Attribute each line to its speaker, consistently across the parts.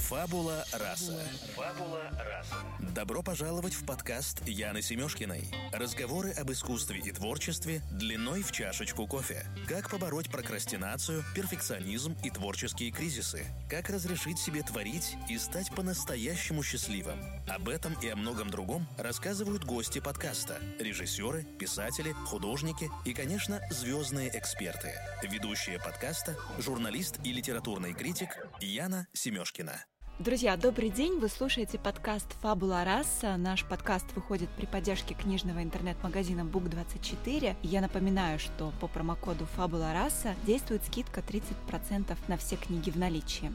Speaker 1: Фабула раса. Добро пожаловать в подкаст Яны Семёшкиной. Разговоры об искусстве и творчестве длиной в чашечку кофе. Как побороть прокрастинацию, перфекционизм и творческие кризисы. Как разрешить себе творить и стать по-настоящему счастливым. Об этом и о многом другом рассказывают гости подкаста. Режиссеры, писатели, художники и, конечно, звездные эксперты. Ведущая подкаста, журналист и литературный критик Яна Семёшкина.
Speaker 2: Друзья, добрый день! Вы слушаете подкаст «Фабула раса». Наш подкаст выходит при поддержке книжного интернет-магазина Book24. Я напоминаю, что по промокоду «Фабула раса» действует скидка 30% на все книги в наличии.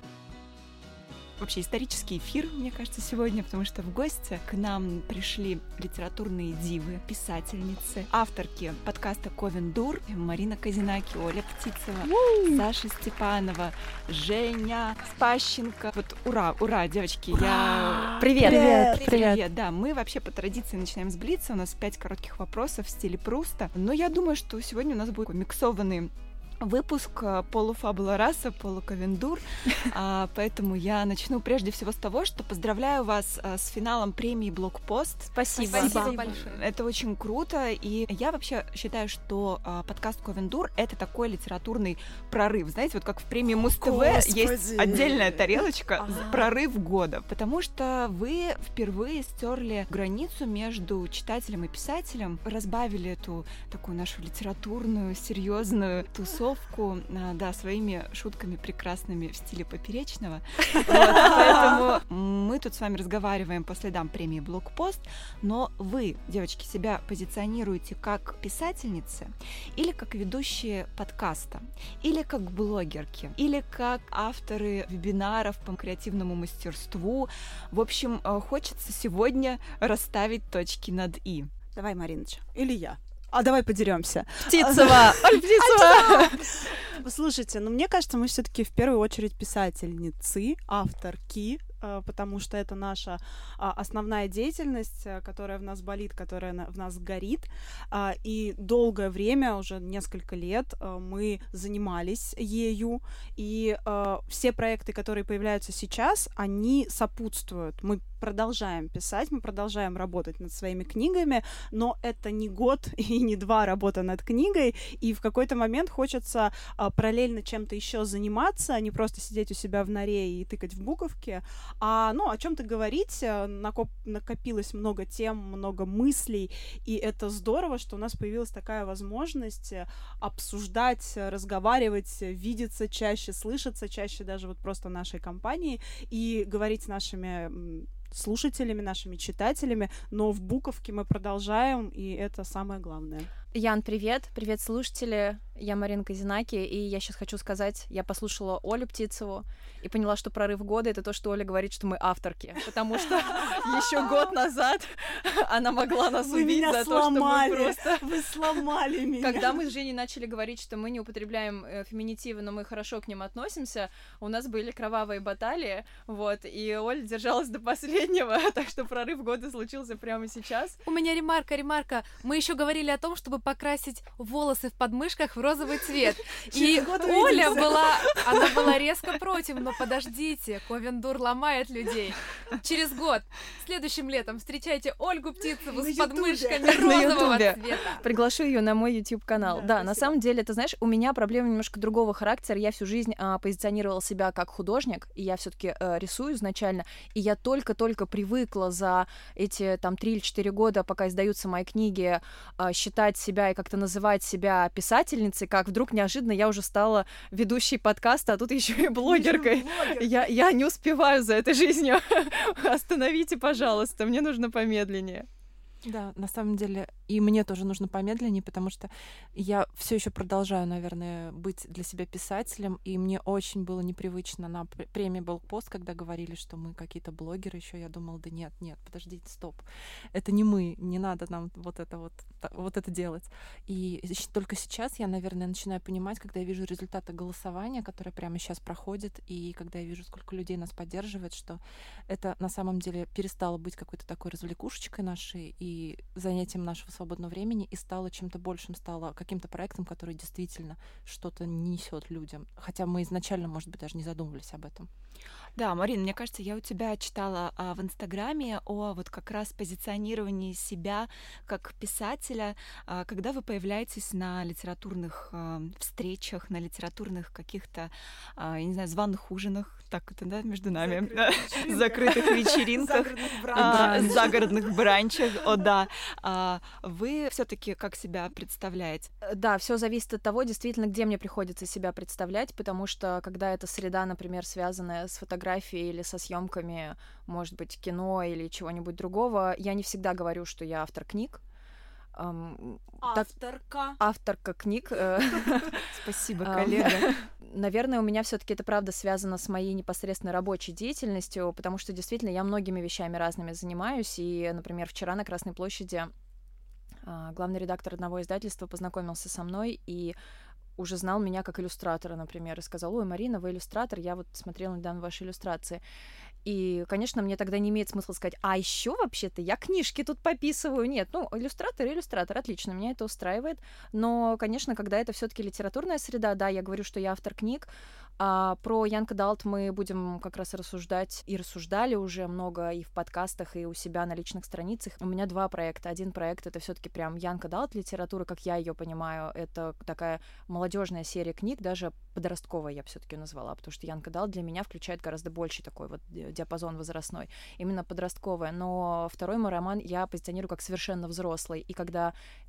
Speaker 2: Вообще исторический эфир, мне кажется, сегодня, потому что в гости к нам пришли литературные дивы, писательницы, авторки подкаста «Ковендур», Марина Козинаки, Оля Птицева, Саша Степанова, Женя Спащенко. Вот ура, девочки, я... Привет! Да, мы вообще по традиции начинаем с блица, у нас 5 коротких вопросов в стиле Пруста, но я думаю, что сегодня у нас будет миксованный выпуск полуфабула раса, полуковендур, поэтому я начну прежде всего с того, что поздравляю вас с финалом премии «Блокпост».
Speaker 3: Спасибо большое.
Speaker 2: Это очень круто, и я вообще считаю, что подкаст «Ковендур» — это такой литературный прорыв. Знаете, вот как в премии Муз-ТВ есть отдельная тарелочка «Прорыв года», потому что вы впервые стерли границу между читателем и писателем, разбавили эту такую нашу литературную, серьезную тусовку, да, своими шутками прекрасными в стиле Поперечного. Поэтому мы тут с вами разговариваем по следам премии «Блокпост», но вы, девочки, себя позиционируете как писательницы или как ведущие подкаста, или как блогерки, или как авторы вебинаров по креативному мастерству. В общем, хочется сегодня расставить точки над «и».
Speaker 3: Давай, Мариночка. Или я. Давай подеремся.
Speaker 2: Птицева! Оль Птицева!
Speaker 3: Слушайте, мне кажется, мы все-таки в первую очередь писательницы, авторки, потому что это наша основная деятельность, которая в нас болит, которая в нас горит. И долгое время, уже несколько лет, мы занимались ею. И все проекты, которые появляются сейчас, они сопутствуют. Мы продолжаем писать, мы продолжаем работать над своими книгами, но это не год и не 2 работа над книгой, и в какой-то момент хочется параллельно чем-то еще заниматься, а не просто сидеть у себя в норе и тыкать в буковки, о чем-то говорить. Накопилось много тем, много мыслей, и это здорово, что у нас появилась такая возможность обсуждать, разговаривать, видеться чаще, слышаться чаще даже вот просто нашей компании и говорить с нашими слушателями, нашими читателями, но в буковке мы продолжаем, и это самое главное.
Speaker 4: Ян, привет! Привет, слушатели! Я Марина Козинаки, и я сейчас хочу сказать, я послушала Олю Птицеву и поняла, что прорыв года — это то, что Оля говорит, что мы авторки, потому что еще год назад она могла нас убить за то, что мы просто...
Speaker 3: Вы сломали меня!
Speaker 4: Когда мы с Женей начали говорить, что мы не употребляем феминитивы, но мы хорошо к ним относимся, у нас были кровавые баталии, и Оля держалась до последнего, так что прорыв года случился прямо сейчас.
Speaker 5: У меня ремарка. Мы еще говорили о том, чтобы покрасить волосы в подмышках в розовый цвет. И Оля была резко против, но подождите, Ковендур ломает людей. Через год, следующим летом, встречайте Ольгу Птицеву с подмышками розового цвета.
Speaker 4: Приглашу ее на мой YouTube-канал. Да, на самом деле, ты знаешь, у меня проблема немножко другого характера. Я всю жизнь позиционировала себя как художник, и я все-таки рисую изначально, и я только-только привыкла за эти 3 или 4 года, пока издаются мои книги, считать себя и как-то называть себя писательницей, как вдруг неожиданно я уже стала ведущей подкаста, а тут еще и блогеркой. Я не успеваю за этой жизнью. Остановите, пожалуйста, мне нужно помедленнее.
Speaker 6: Да, на самом деле, и мне тоже нужно помедленнее, потому что я все еще продолжаю, наверное, быть для себя писателем, и мне очень было непривычно на премии «Блокпост», когда говорили, что мы какие-то блогеры еще. Я думала, да нет, подождите, стоп, это не мы, не надо нам вот это делать. И только сейчас я, наверное, начинаю понимать, когда я вижу результаты голосования, которые прямо сейчас проходят, и когда я вижу, сколько людей нас поддерживает, что это на самом деле перестало быть какой-то такой развлекушечкой нашей и занятием нашего свободного времени и стало чем-то большим, стало каким-то проектом, который действительно что-то несет людям. Хотя мы изначально, может быть, даже не задумывались об этом.
Speaker 2: Да, Марин, мне кажется, я у тебя читала в Инстаграме о вот как раз позиционировании себя как писателя, когда вы появляетесь на литературных встречах, на литературных каких-то, я не знаю, званых ужинах, так это, да, между нами, закрытых вечеринках, загородных бранчах, о да. Вы все-таки как себя представляете?
Speaker 4: Да, все зависит от того, действительно, где мне приходится себя представлять, потому что когда эта среда, например, связанная с фотографией или со съемками, может быть, кино или чего-нибудь другого, я не всегда говорю, что я автор книг. Авторка книг.
Speaker 2: Спасибо, коллега.
Speaker 4: Наверное, у меня все-таки это правда связано с моей непосредственно рабочей деятельностью, потому что действительно я многими вещами разными занимаюсь. И, например, вчера на Красной площади главный редактор одного издательства познакомился со мной и уже знал меня как иллюстратора, например, и сказал: ой, Марина, вы иллюстратор, я вот смотрела недавно ваши иллюстрации. И, конечно, мне тогда не имеет смысла сказать: а еще вообще-то я книжки тут пописываю. Нет, иллюстратор, отлично, меня это устраивает. Но, конечно, когда это все-таки литературная среда, да, я говорю, что я автор книг. А про Young Adult мы будем как раз рассуждать и рассуждали уже много и в подкастах, и у себя на личных страницах. У меня 2 проекта. Один проект — это все-таки прям Young Adult литература, как я ее понимаю. Это такая молодежная серия книг, даже подростковая я бы все-таки назвала, потому что Young Adult для меня включает гораздо больший такой вот диапазон возрастной, именно подростковая. Но второй мой роман я позиционирую как совершенно взрослый. И когда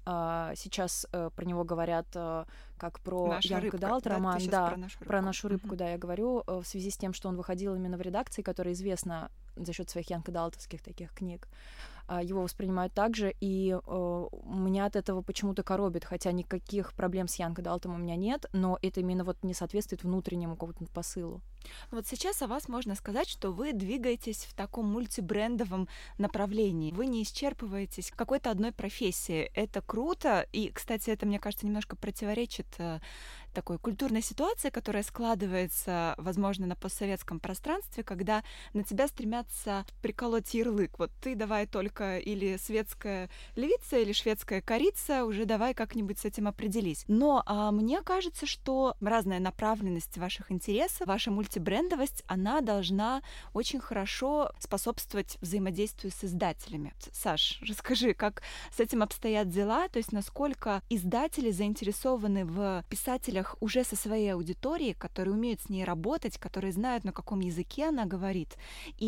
Speaker 4: сейчас про него говорят как про
Speaker 2: Наша
Speaker 4: Young
Speaker 2: рыбка,
Speaker 4: Adult роман, да,
Speaker 2: про нашу рыбку,
Speaker 4: да, я говорю, в связи с тем, что он выходил именно в редакции, которая известна за счет своих Young Adult'овских таких книг. Его воспринимают так же, и меня от этого почему-то коробит, хотя никаких проблем с Young Adult'ом у меня нет, но это именно вот не соответствует внутреннему какому-то посылу.
Speaker 2: Вот сейчас о вас можно сказать, что вы двигаетесь в таком мультибрендовом направлении. Вы не исчерпываетесь какой-то одной профессии. Это круто, и, кстати, это, мне кажется, немножко противоречит такой культурной ситуации, которая складывается, возможно, на постсоветском пространстве, когда на тебя стремятся приколоть ярлык. Вот ты давай только или светская львица, или шведская корица, уже давай как-нибудь с этим определись. Но мне кажется, что разная направленность ваших интересов, ваша мультибрендовость, она должна очень хорошо способствовать взаимодействию с издателями. Саш, расскажи, как с этим обстоят дела, то есть насколько издатели заинтересованы в писателях уже со своей аудиторией, которые умеют с ней работать, которые знают, на каком языке она говорит,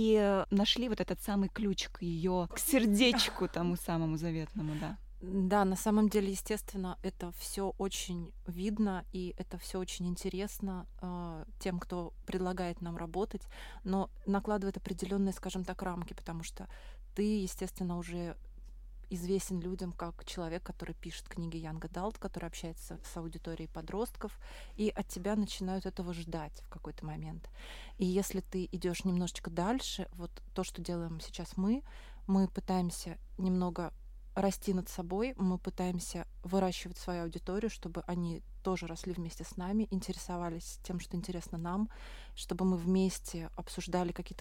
Speaker 2: и нашли вот этот самый ключ к ее, к сердечку тому самому заветному, да.
Speaker 6: Да, на самом деле, естественно, это все очень видно, и это все очень интересно тем, кто предлагает нам работать, но накладывает определенные, скажем так, рамки, потому что ты, естественно, уже известен людям как человек, который пишет книги Young Adult, который общается с аудиторией подростков, и от тебя начинают этого ждать в какой-то момент. И если ты идешь немножечко дальше, вот то, что делаем сейчас мы пытаемся немного расти над собой, мы пытаемся выращивать свою аудиторию, чтобы они тоже росли вместе с нами, интересовались тем, что интересно нам, чтобы мы вместе обсуждали какие-то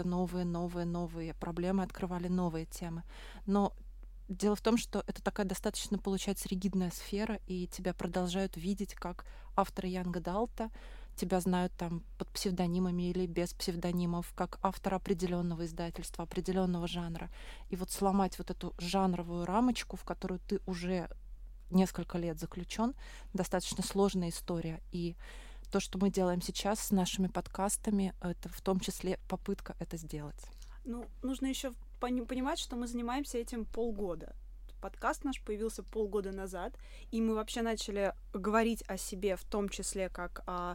Speaker 6: новые проблемы, открывали новые темы. Но дело в том, что это такая достаточно, получается, ригидная сфера, и тебя продолжают видеть как автора Young Adult, тебя знают там под псевдонимами или без псевдонимов, как автора определенного издательства, определенного жанра. И вот сломать вот эту жанровую рамочку, в которую ты уже несколько лет заключен, достаточно сложная история. И то, что мы делаем сейчас с нашими подкастами, это в том числе попытка это сделать.
Speaker 3: Нужно еще понимать, что мы занимаемся этим полгода. Подкаст наш появился полгода назад, и мы вообще начали говорить о себе, в том числе как о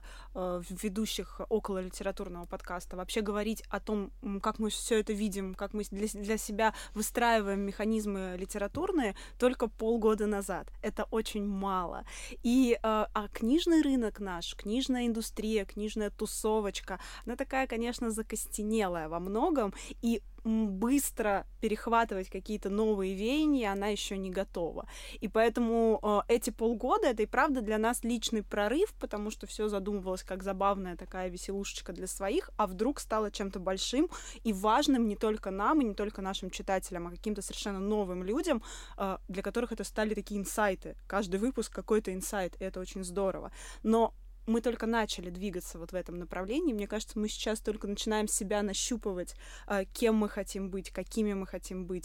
Speaker 3: ведущих около литературного подкаста, вообще говорить о том, как мы все это видим, как мы для себя выстраиваем механизмы литературные, только полгода назад. Это очень мало. И книжный рынок наш, книжная индустрия, книжная тусовочка, она такая, конечно, закостенелая во многом, и быстро перехватывать какие-то новые веяния, она еще не готова. И поэтому эти полгода — это и правда для нас личный прорыв, потому что все задумывалось как забавная такая веселушечка для своих, а вдруг стало чем-то большим и важным не только нам и не только нашим читателям, а каким-то совершенно новым людям, для которых это стали такие инсайты. Каждый выпуск какой-то инсайт, и это очень здорово. Но мы только начали двигаться вот в этом направлении. Мне кажется, мы сейчас только начинаем себя нащупывать, кем мы хотим быть, какими мы хотим быть.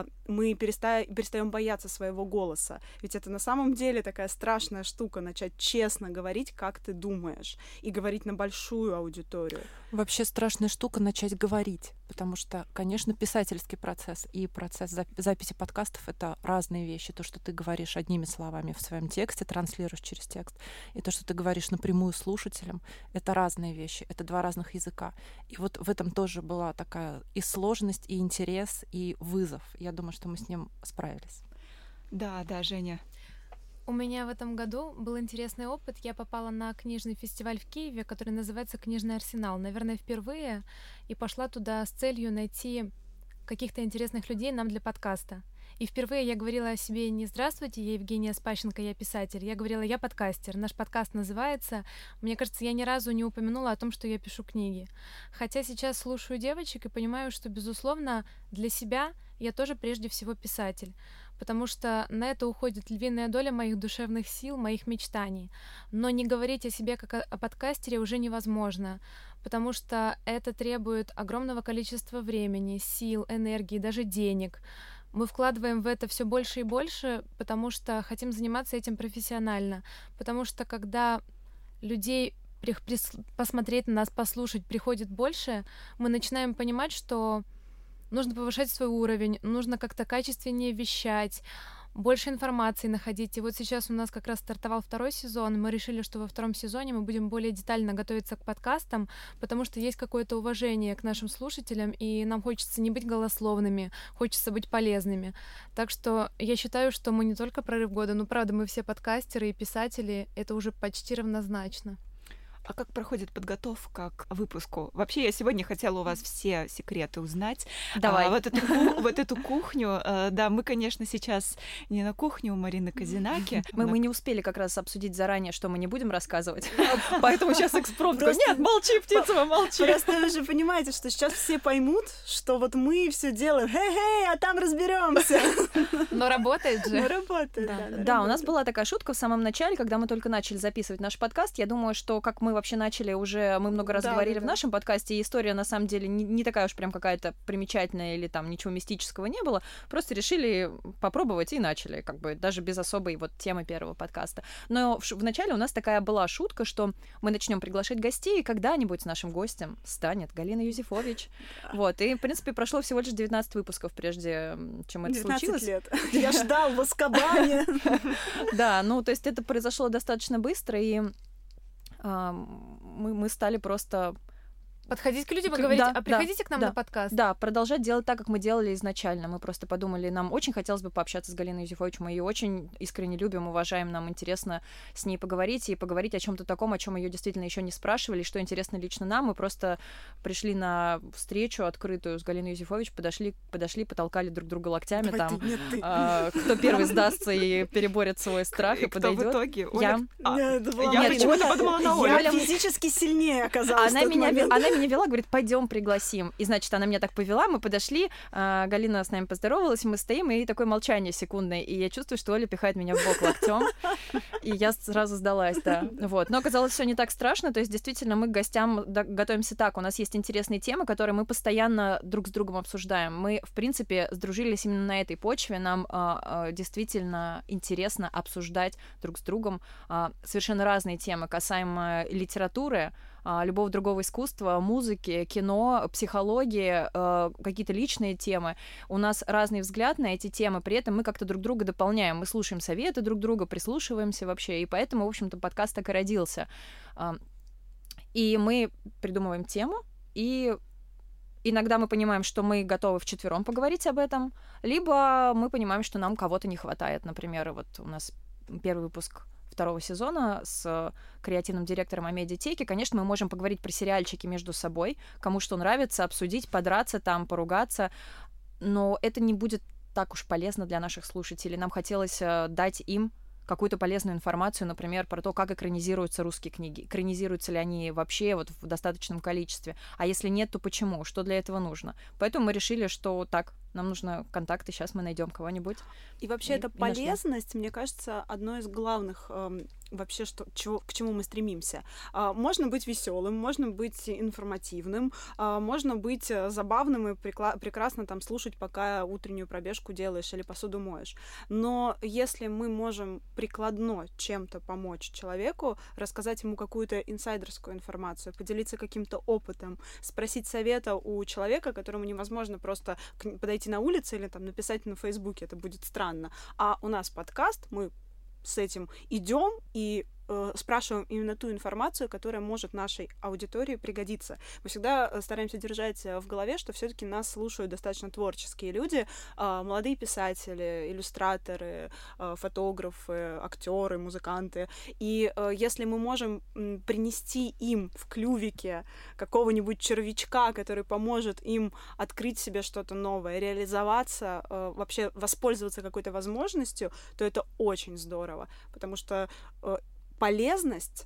Speaker 3: Мы перестаем бояться своего голоса. Ведь это на самом деле такая страшная штука — начать честно говорить, как ты думаешь, и говорить на большую аудиторию.
Speaker 6: Вообще страшная штука начать говорить, потому что, конечно, писательский процесс и процесс записи подкастов — это разные вещи. То, что ты говоришь одними словами в своем тексте, транслируешь через текст, и то, что ты говоришь напрямую слушателям, это разные вещи, это два разных языка. И вот в этом тоже была такая и сложность, и интерес, и вызов. Я думаю, что мы с ним справились.
Speaker 2: Да, Женя.
Speaker 5: У меня в этом году был интересный опыт. Я попала на книжный фестиваль в Киеве, который называется «Книжный арсенал». Наверное, впервые. И пошла туда с целью найти каких-то интересных людей нам для подкаста. И впервые я говорила о себе не «Здравствуйте, я Евгения Спащенко, я писатель». Я говорила «Я подкастер». Наш подкаст называется. Мне кажется, я ни разу не упомянула о том, что я пишу книги. Хотя сейчас слушаю девочек и понимаю, что, безусловно, для себя я тоже прежде всего писатель. Потому что на это уходит львиная доля моих душевных сил, моих мечтаний. Но не говорить о себе как о подкастере уже невозможно, потому что это требует огромного количества времени, сил, энергии, даже денег. Мы вкладываем в это все больше и больше, потому что хотим заниматься этим профессионально. Потому что когда людей посмотреть на нас, послушать приходит больше, мы начинаем понимать, что нужно повышать свой уровень, нужно как-то качественнее вещать, больше информации находить. И вот сейчас у нас как раз стартовал 2-й сезон. Мы решили, что во 2-м сезоне мы будем более детально готовиться к подкастам, потому что есть какое-то уважение к нашим слушателям, и нам хочется не быть голословными, хочется быть полезными. Так что я считаю, что мы не только прорыв года, но правда мы все подкастеры и писатели, это уже почти равнозначно.
Speaker 2: А как проходит подготовка к выпуску? Вообще, я сегодня хотела у вас все секреты узнать.
Speaker 4: Давай.
Speaker 2: Вот эту кухню. Да, мы, конечно, сейчас не на кухне у Марины Козинаки.
Speaker 4: Мы не успели как раз обсудить заранее, что мы не будем рассказывать. Поэтому сейчас экспромт. Нет, молчи, птица, молчи.
Speaker 3: Просто вы же понимаете, что сейчас все поймут, что вот мы все делаем, а там разберемся.
Speaker 5: Но работает же.
Speaker 3: Но работает,
Speaker 4: да. У нас была такая шутка в самом начале, когда мы только начали записывать наш подкаст. Я думаю, что как мы вообще начали уже, мы много раз говорили в нашем подкасте, и история на самом деле не такая уж прям какая-то примечательная или там ничего мистического не было, просто решили попробовать и начали, как бы даже без особой вот темы первого подкаста. Но вначале у нас такая была шутка, что мы начнем приглашать гостей, и когда-нибудь нашим гостем станет Галина Юзефович. Вот, и, в принципе, прошло всего лишь 19 выпусков, прежде чем это
Speaker 3: 19
Speaker 4: случилось.
Speaker 3: лет. Я ждал в Азкабане.
Speaker 4: Да, ну, то есть это произошло достаточно быстро, и мы стали просто...
Speaker 5: Подходить к людям и говорить, приходите к нам на подкаст.
Speaker 4: Да, продолжать делать так, как мы делали изначально. Мы просто подумали, нам очень хотелось бы пообщаться с Галиной Юзефович. Мы ее очень искренне любим, уважаем. Нам интересно с ней поговорить и поговорить о чем-то таком, о чем ее действительно еще не спрашивали, что интересно лично нам. Мы просто пришли на встречу открытую с Галиной Юзефович, подошли, потолкали друг друга локтями. Кто первый сдастся и переборет свой страх и подойдет.
Speaker 2: Кто в итоге?
Speaker 4: Я
Speaker 2: почему-то подумала на Олю.
Speaker 3: Я физически сильнее оказалась.
Speaker 4: Она меня вела, говорит, пойдем пригласим. И, значит, она меня так повела, мы подошли, Галина с нами поздоровалась, мы стоим, и такое молчание секундное. И я чувствую, что Оля пихает меня в бок локтем. И я сразу сдалась, да. Вот. Но оказалось, все не так страшно. То есть, действительно, мы к гостям готовимся так. У нас есть интересные темы, которые мы постоянно друг с другом обсуждаем. Мы, в принципе, сдружились именно на этой почве. Нам действительно интересно обсуждать друг с другом совершенно разные темы, касаемо литературы, любого другого искусства, музыки, кино, психологии, какие-то личные темы. У нас разный взгляд на эти темы, при этом мы как-то друг друга дополняем. Мы слушаем советы друг друга, прислушиваемся вообще, и поэтому, в общем-то, подкаст так и родился. И мы придумываем тему, и иногда мы понимаем, что мы готовы вчетвером поговорить об этом, либо мы понимаем, что нам кого-то не хватает. Например, вот у нас первый выпуск 2 сезона с креативным директором Амедиатеки. Конечно, мы можем поговорить про сериальчики между собой, кому что нравится, обсудить, подраться там, поругаться, но это не будет так уж полезно для наших слушателей. Нам хотелось дать им какую-то полезную информацию, например, про то, как экранизируются русские книги. Экранизируются ли они вообще вот в достаточном количестве? А если нет, то почему? Что для этого нужно? Поэтому мы решили, что так, нам нужны контакты, сейчас мы найдем кого-нибудь.
Speaker 3: И вообще эта полезность, мне кажется, одной из главных вообще, к чему мы стремимся. Можно быть веселым, можно быть информативным, можно быть забавным и прекрасно там слушать, пока утреннюю пробежку делаешь или посуду моешь. Но если мы можем прикладно чем-то помочь человеку, рассказать ему какую-то инсайдерскую информацию, поделиться каким-то опытом, спросить совета у человека, которому невозможно просто подойти на улице или там написать на Фейсбуке, это будет странно. А у нас подкаст, мы с этим идем и спрашиваем именно ту информацию, которая может нашей аудитории пригодиться. Мы всегда стараемся держать в голове, что все-таки нас слушают достаточно творческие люди, молодые писатели, иллюстраторы, фотографы, актеры, музыканты. И если мы можем принести им в клювике какого-нибудь червячка, который поможет им открыть себе что-то новое, реализоваться, вообще воспользоваться какой-то возможностью, то это очень здорово, потому что полезность,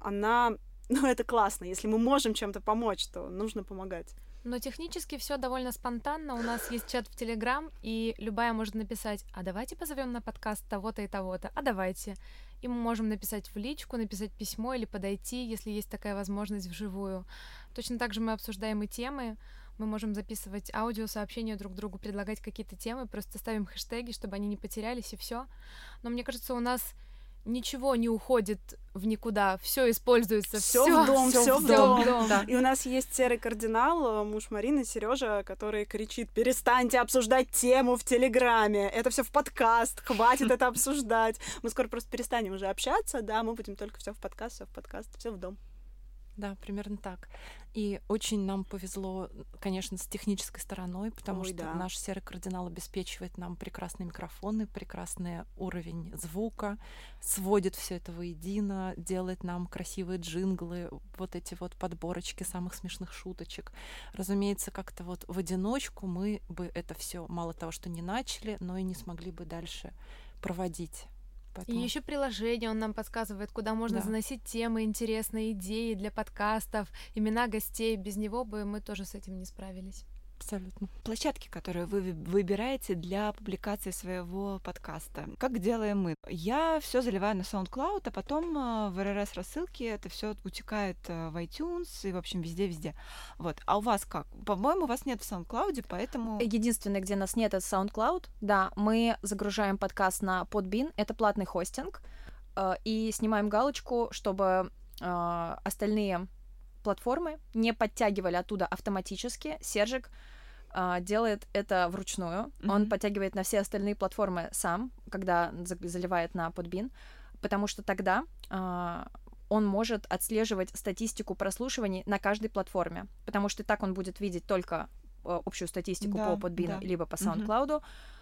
Speaker 3: это классно. Если мы можем чем-то помочь, то нужно помогать.
Speaker 5: Но технически все довольно спонтанно. У нас есть чат в Телеграм, и любая может написать: а давайте позовем на подкаст того-то и того-то, а давайте. И мы можем написать в личку, написать письмо или подойти, если есть такая возможность, вживую. Точно так же мы обсуждаем и темы. Мы можем записывать аудиосообщения друг другу, предлагать какие-то темы, просто ставим хэштеги, чтобы они не потерялись, и все. Но мне кажется, у нас ничего не уходит в никуда, все используется,
Speaker 3: все в дом, все в дом.
Speaker 4: Да.
Speaker 3: И у нас есть серый кардинал, муж Марины, Сережа, который кричит: перестаньте обсуждать тему в Телеграме, это все в подкаст, хватит это обсуждать. Мы скоро просто перестанем уже общаться, да, мы будем только все в подкаст, все в дом.
Speaker 6: Да, примерно так. И очень нам повезло, конечно, с технической стороной, потому что наш серый кардинал обеспечивает нам прекрасные микрофоны, прекрасный уровень звука, сводит все это воедино, делает нам красивые джинглы, вот эти вот подборочки самых смешных шуточек. Разумеется, как-то вот в одиночку мы бы это все мало того, что не начали, но и не смогли бы дальше проводить.
Speaker 5: Поэтому... И еще приложение, он нам подсказывает, куда можно заносить темы, интересные идеи для подкастов, имена гостей. Без него бы мы тоже с этим не справились.
Speaker 6: Абсолютно.
Speaker 2: Площадки, которые вы выбираете для публикации своего подкаста. Как делаем мы? Я все заливаю на SoundCloud, а потом в RSS-рассылке это все утекает в iTunes и, в общем, везде-везде. Вот. А у вас как? По-моему, вас нет в SoundCloud, поэтому...
Speaker 4: Единственное, где нас нет, это SoundCloud. Да, мы загружаем подкаст на Podbean, это платный хостинг, и снимаем галочку, чтобы остальные платформы не подтягивали оттуда автоматически. Сержик делает это вручную. Он подтягивает на все остальные платформы сам, когда заливает на Podbean, потому что тогда он может отслеживать статистику прослушиваний на каждой платформе, потому что так он будет видеть только общую статистику по Podbean либо по SoundCloud,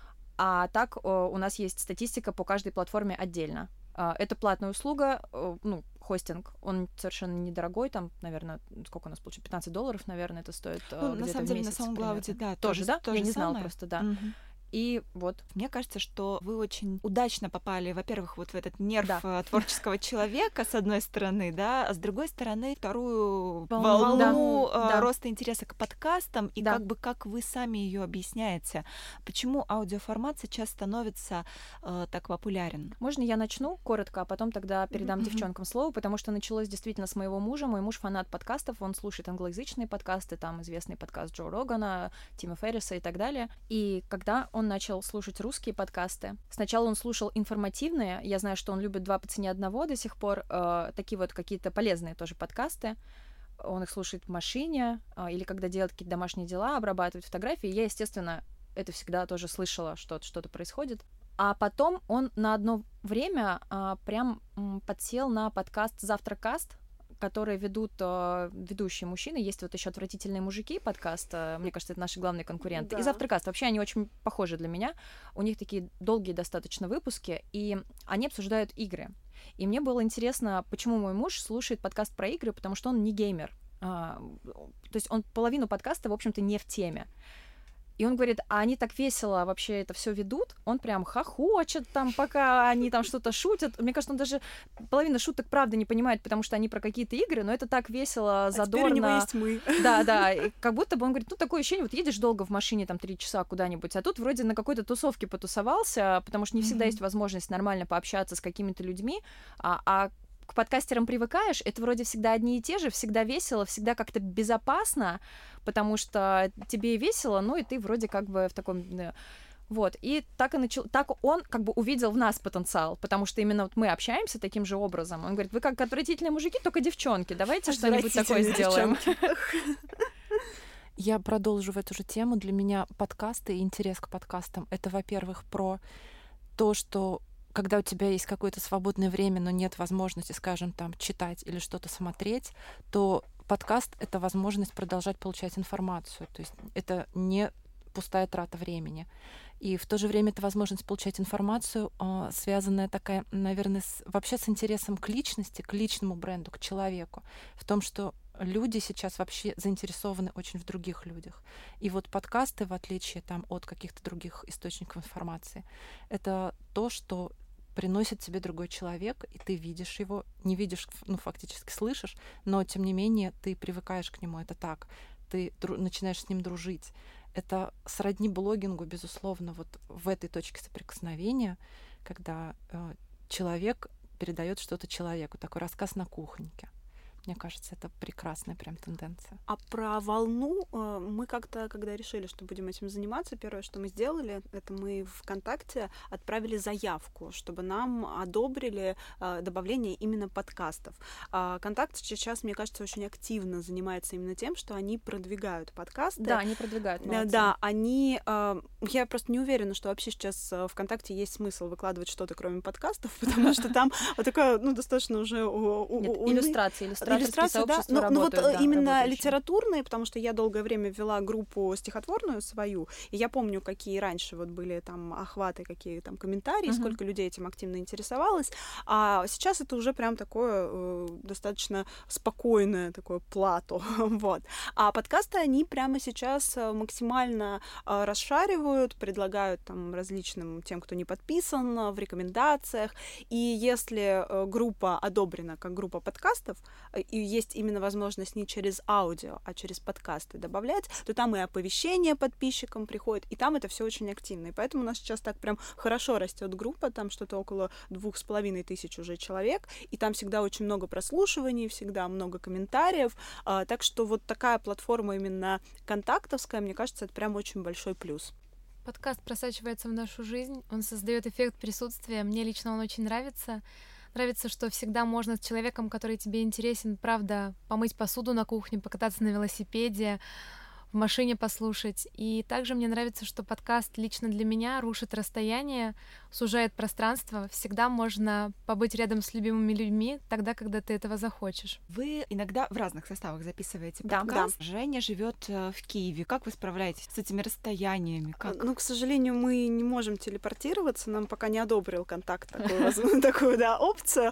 Speaker 4: а так у нас есть статистика по каждой платформе отдельно. Это платная услуга, хостинг, он совершенно недорогой, там, наверное, сколько у нас получится, $15, наверное, это стоит где-то
Speaker 2: на самом деле, на SoundCloud, да.
Speaker 4: Тоже, да? Я не знала просто, да. И вот.
Speaker 2: Мне кажется, что вы очень удачно попали, во-первых, вот в этот нерв творческого человека, с одной стороны, да, а с другой стороны, вторую волну роста интереса к подкастам, и как вы сами ее объясняете. Почему аудиоформат сейчас становится так популярен?
Speaker 4: Можно я начну коротко, а потом тогда передам девчонкам слово, потому что началось действительно с моего мужа. Мой муж фанат подкастов, он слушает англоязычные подкасты, там известный подкаст Джо Рогана, Тима Ферриса и так далее. И когда он начал слушать русские подкасты. Сначала он слушал информативные. Я знаю, что он любит «Два по цене одного» до сих пор. Такие вот какие-то полезные тоже подкасты. Он их слушает в машине или когда делает какие-то домашние дела, обрабатывает фотографии. Я, естественно, это всегда тоже слышала, что что-то происходит. А потом он на одно время прям подсел на подкаст «Завтракаст», которые ведут ведущие мужчины. Есть вот еще «Отвратительные мужики» подкаст. Мне кажется, это наши главные конкуренты. Да. И «Завтракаст». Вообще они очень похожи для меня. У них такие долгие достаточно выпуски, и они обсуждают игры. И мне было интересно, почему мой муж слушает подкаст про игры, потому что он не геймер. То есть он половину подкаста, в общем-то, не в теме. И он говорит, а они так весело вообще это все ведут, он прям хохочет там, пока они там что-то шутят. Мне кажется, он даже половину шуток правда не понимает, потому что они про какие-то игры, но это так весело, задорно.
Speaker 3: Теперь у него есть мы.
Speaker 4: Да, и как будто бы он говорит, такое ощущение, вот едешь долго в машине, там, 3 часа куда-нибудь, а тут вроде на какой-то тусовке потусовался, потому что не всегда есть возможность нормально пообщаться с какими-то людьми, а к подкастерам привыкаешь, это вроде всегда одни и те же, всегда весело, всегда как-то безопасно, потому что тебе весело, и ты вроде как бы в таком... Вот, и так он как бы увидел в нас потенциал, потому что именно вот мы общаемся таким же образом. Он говорит, вы как отвратительные мужики, только девчонки, давайте что-нибудь такое сделаем.
Speaker 6: Я продолжу в эту же тему. Для меня подкасты и интерес к подкастам — это, во-первых, про то, что когда у тебя есть какое-то свободное время, но нет возможности, скажем, там, читать или что-то смотреть, то подкаст — это возможность продолжать получать информацию. То есть это не пустая трата времени. И в то же время это возможность получать информацию, связанная такая, наверное, вообще с интересом к личности, к личному бренду, к человеку. В том, что люди сейчас вообще заинтересованы очень в других людях. И вот подкасты, в отличие там, от каких-то других источников информации, это то, что приносит тебе другой человек, и ты видишь его, не видишь, фактически слышишь, но, тем не менее, ты привыкаешь к нему, это так. Ты начинаешь с ним дружить. Это сродни блогингу, безусловно, вот в этой точке соприкосновения, когда человек передает что-то человеку, такой рассказ на кухоньке. Мне кажется, это прекрасная прям тенденция.
Speaker 3: А про волну мы как-то, когда решили, что будем этим заниматься, первое, что мы сделали, это мы в ВКонтакте отправили заявку, чтобы нам одобрили добавление именно подкастов. ВКонтакте сейчас, мне кажется, очень активно занимается именно тем, что они продвигают подкасты.
Speaker 4: Да, они продвигают, молодцы.
Speaker 3: Да, они... Я просто не уверена, что вообще сейчас в ВКонтакте есть смысл выкладывать что-то, кроме подкастов, потому что там вот такая, достаточно уже...
Speaker 4: Иллюстрации,
Speaker 3: да. Ну вот именно литературные, потому что я долгое время вела группу стихотворную свою, и я помню, какие раньше вот были там охваты, какие там комментарии, сколько людей этим активно интересовалось, а сейчас это уже прям такое достаточно спокойное такое плато, вот. А подкасты, они прямо сейчас максимально расшаривают, предлагают там различным тем, кто не подписан, в рекомендациях, и если группа одобрена как группа подкастов, и есть именно возможность не через аудио, а через подкасты добавлять, то там и оповещения подписчикам приходят, и там это все очень активно. И поэтому у нас сейчас так прям хорошо растет группа, там что-то около 2500 уже человек, и там всегда очень много прослушиваний, всегда много комментариев, так что вот такая платформа именно контактовская, мне кажется, это прям очень большой плюс.
Speaker 5: Подкаст просачивается в нашу жизнь, он создает эффект присутствия, мне лично он очень нравится. Нравится, что всегда можно с человеком, который тебе интересен, правда, помыть посуду на кухне, покататься на велосипеде, в машине послушать. И также мне нравится, что подкаст лично для меня рушит расстояние, сужает пространство. Всегда можно побыть рядом с любимыми людьми тогда, когда ты этого захочешь.
Speaker 2: Вы иногда в разных составах записываете подкаст. Да. Женя живет в Киеве. Как вы справляетесь с этими расстояниями? Как?
Speaker 3: К сожалению, мы не можем телепортироваться. Нам пока не одобрил контакт такую опцию.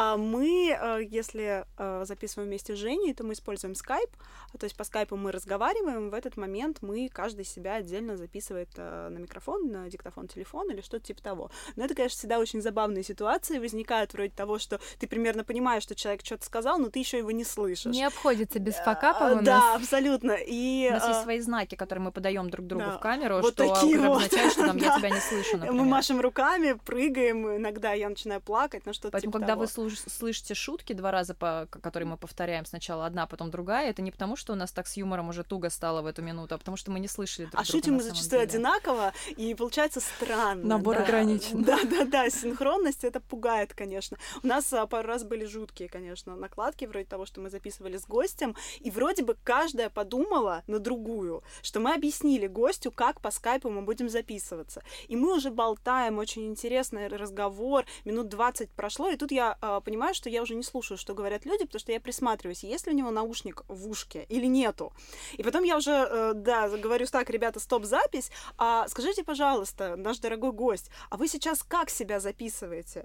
Speaker 3: Мы, если записываем вместе с Женей, то мы используем Skype. То есть по скайпу мы разговариваем. В этот момент каждый себя отдельно записывает на микрофон, на диктофон телефона или что-то типа того. Но это, конечно, всегда очень забавные ситуации возникают, вроде того, что ты примерно понимаешь, что человек что-то сказал, но ты еще его не слышишь.
Speaker 5: Не обходится без факапа у нас.
Speaker 3: Да, абсолютно.
Speaker 4: У нас есть свои знаки, которые мы подаем друг другу в камеру, вот что означает, что я тебя не слышу, например.
Speaker 3: Мы машем руками, прыгаем, иногда я начинаю плакать, но что-то
Speaker 4: Поэтому,
Speaker 3: типа
Speaker 4: когда
Speaker 3: того.
Speaker 4: вы слышите шутки 2 раза, которые мы повторяем, сначала одна, потом другая, это не потому, что у нас так с юмором уже туго стало в эту минуту, а потому что мы не слышали друг друга.
Speaker 3: А шутим мы зачастую одинаково, и получается странно.
Speaker 6: Набор ограничен.
Speaker 3: Да, синхронность, это пугает, конечно. У нас пару раз были жуткие, конечно, накладки, вроде того, что мы записывали с гостем, и вроде бы каждая подумала на другую, что мы объяснили гостю, как по скайпу мы будем записываться. И мы уже болтаем, очень интересный разговор, минут 20 прошло, и тут я понимаю, что я уже не слушаю, что говорят люди, потому что я присматриваюсь, есть ли у него наушник в ушке или нету. И потом я уже, говорю так, ребята, стоп-запись, скажите, пожалуйста, наш дорогой гость, а вы сейчас как себя записываете?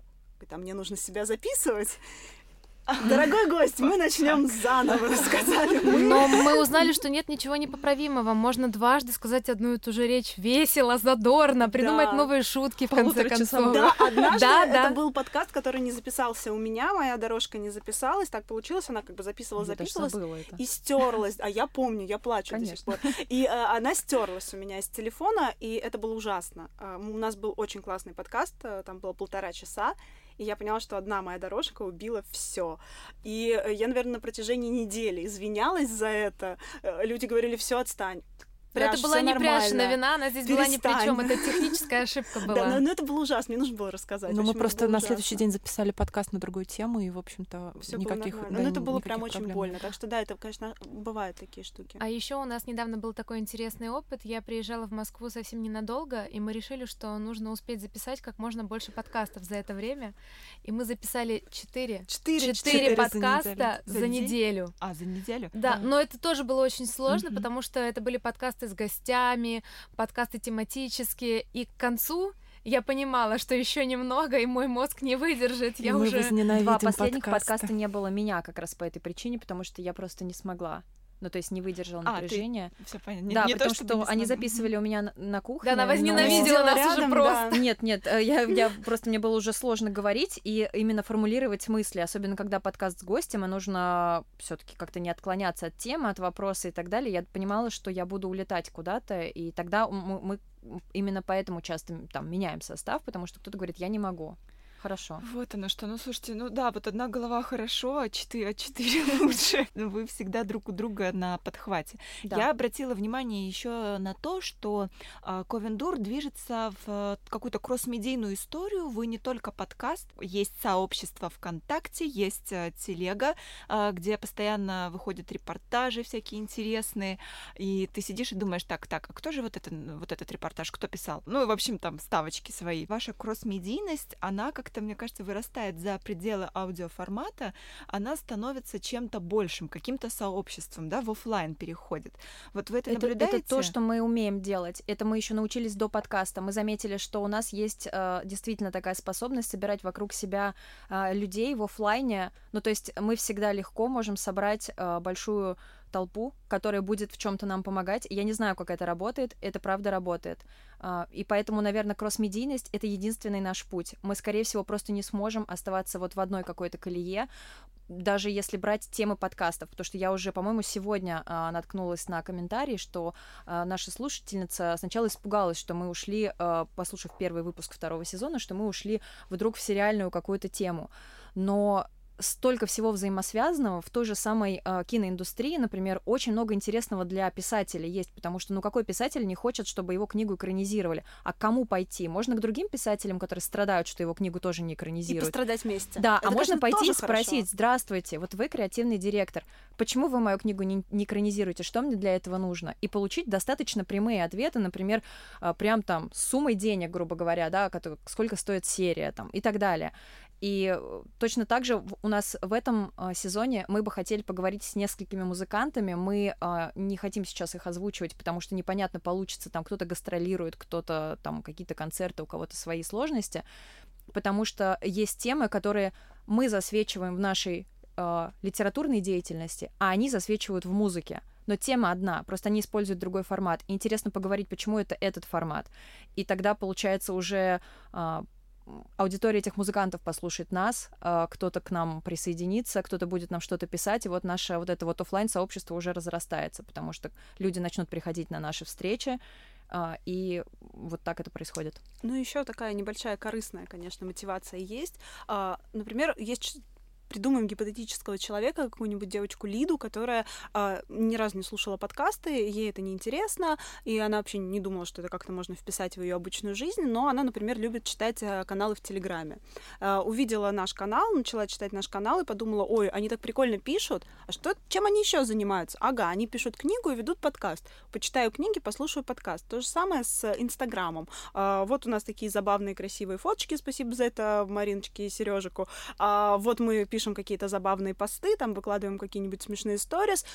Speaker 3: там мне нужно себя записывать. Дорогой гость, мы начнем заново, сказали мы.
Speaker 5: Но мы узнали, что нет ничего непоправимого. Можно дважды сказать одну и ту же речь весело, задорно, придумать новые шутки в конце концов.
Speaker 3: Да, однажды это был подкаст, который не записался у меня, моя дорожка не записалась, так получилось, она как бы записывалась и стерлась. А я помню, я плачу до сих пор. И она стерлась у меня из телефона, и это было ужасно. У нас был очень классный подкаст, там было 1,5 часа. И я поняла, что одна моя дорожка убила все. И я, наверное, на протяжении недели извинялась за это. Люди говорили: все, отстань.
Speaker 5: Пряж, это была не Пряшина вина, она здесь была ни при чем, это техническая ошибка была.
Speaker 3: Да, но это было ужасно, мне нужно было рассказать.
Speaker 6: Но мы просто на следующий день записали подкаст на другую тему, и, в общем-то,
Speaker 3: всё
Speaker 6: никаких
Speaker 3: было но это было прям очень больно, так что да, это, конечно, бывают такие штуки.
Speaker 5: А еще у нас недавно был такой интересный опыт. Я приезжала в Москву совсем ненадолго, и мы решили, что нужно успеть записать как можно больше подкастов за это время. И мы записали 4 подкаста за неделю.
Speaker 6: А, за неделю?
Speaker 5: Да, но это тоже было очень сложно, потому что это были подкасты с гостями, подкасты тематические, и к концу я понимала, что еще немного, и мой мозг не выдержит. Я
Speaker 4: мы
Speaker 5: уже
Speaker 4: 2 последних подкаста не было меня как раз по этой причине, потому что я просто не смогла. Ну, то есть не выдержала напряжение.
Speaker 6: Всё понятно.
Speaker 4: Да, потому что они записывали у меня на кухне.
Speaker 5: Да, она возненавидела нас уже просто.
Speaker 4: Нет, я просто, мне было уже сложно говорить и именно формулировать мысли, особенно когда подкаст с гостем, и нужно все-таки как-то не отклоняться от темы, от вопроса и так далее. Я понимала, что я буду улетать куда-то, и тогда мы именно поэтому часто там меняем состав, потому что кто-то говорит: я не могу. Хорошо.
Speaker 6: Вот оно что. Ну, слушайте, ну да, вот одна голова хорошо, а 4 лучше. Вы всегда друг у друга на подхвате. Да. Я обратила внимание еще на то, что Ковендур движется в какую-то кросс-медийную историю. Вы не только подкаст, есть сообщество ВКонтакте, есть телега, где постоянно выходят репортажи всякие интересные, и ты сидишь и думаешь: так, а кто же вот этот репортаж, кто писал? Ну, и, в общем, там вставочки свои. Ваша кросс-медийность, она как-то, мне кажется, вырастает за пределы аудиоформата, она становится чем-то большим, каким-то сообществом, да, в офлайн переходит. Вот вы это наблюдаете?
Speaker 4: Это то, что мы умеем делать. Это мы еще научились до подкаста. Мы заметили, что у нас есть действительно такая способность собирать вокруг себя людей в офлайне. Ну, то есть мы всегда легко можем собрать большую толпу, которая будет в чем-то нам помогать. Я не знаю, как это работает, это правда работает. И поэтому, наверное, кросс-медийность — это единственный наш путь. Мы, скорее всего, просто не сможем оставаться вот в одной какой-то колее, даже если брать темы подкастов, потому что я уже, по-моему, сегодня наткнулась на комментарий, что наша слушательница сначала испугалась, что мы ушли, послушав первый выпуск 2-го сезона, что мы ушли вдруг в сериальную какую-то тему. Но столько всего взаимосвязанного в той же самой киноиндустрии, например, очень много интересного для писателей есть, потому что, ну, какой писатель не хочет, чтобы его книгу экранизировали? А к кому пойти? Можно к другим писателям, которые страдают, что его книгу тоже не экранизируют.
Speaker 3: И пострадать вместе.
Speaker 4: Да,
Speaker 3: это,
Speaker 4: а можно пойти и
Speaker 3: спросить:
Speaker 4: хорошо. Здравствуйте, вот вы креативный директор, почему вы мою книгу не экранизируете? Что мне для этого нужно? И получить достаточно прямые ответы, например, прям там с суммой денег, грубо говоря, да, сколько стоит серия там и так далее. И точно так же у нас в этом сезоне мы бы хотели поговорить с несколькими музыкантами. Мы не хотим сейчас их озвучивать, потому что непонятно, получится, там кто-то гастролирует, кто-то там какие-то концерты, у кого-то свои сложности, потому что есть темы, которые мы засвечиваем в нашей литературной деятельности, а они засвечивают в музыке. Но тема одна, просто они используют другой формат. И интересно поговорить, почему это этот формат. И тогда, получается, уже аудитория этих музыкантов послушает нас, кто-то к нам присоединится, кто-то будет нам что-то писать, и вот наше вот это вот офлайн-сообщество уже разрастается, потому что люди начнут приходить на наши встречи, и вот так это происходит.
Speaker 3: Ну, еще такая небольшая корыстная, конечно, мотивация есть. Например, придумаем гипотетического человека, какую-нибудь девочку Лиду, которая ни разу не слушала подкасты, ей это неинтересно, и она вообще не думала, что это как-то можно вписать в ее обычную жизнь, но она, например, любит читать каналы в Телеграме. Увидела наш канал, начала читать наш канал и подумала: ой, они так прикольно пишут, а чем они еще занимаются? Ага, они пишут книгу и ведут подкаст. Почитаю книги, послушаю подкаст. То же самое с Инстаграмом. Вот у нас такие забавные, красивые фоточки, спасибо за это Мариночке и Сережику. Вот мы пишем какие-то забавные посты, там выкладываем какие-нибудь смешные сторис.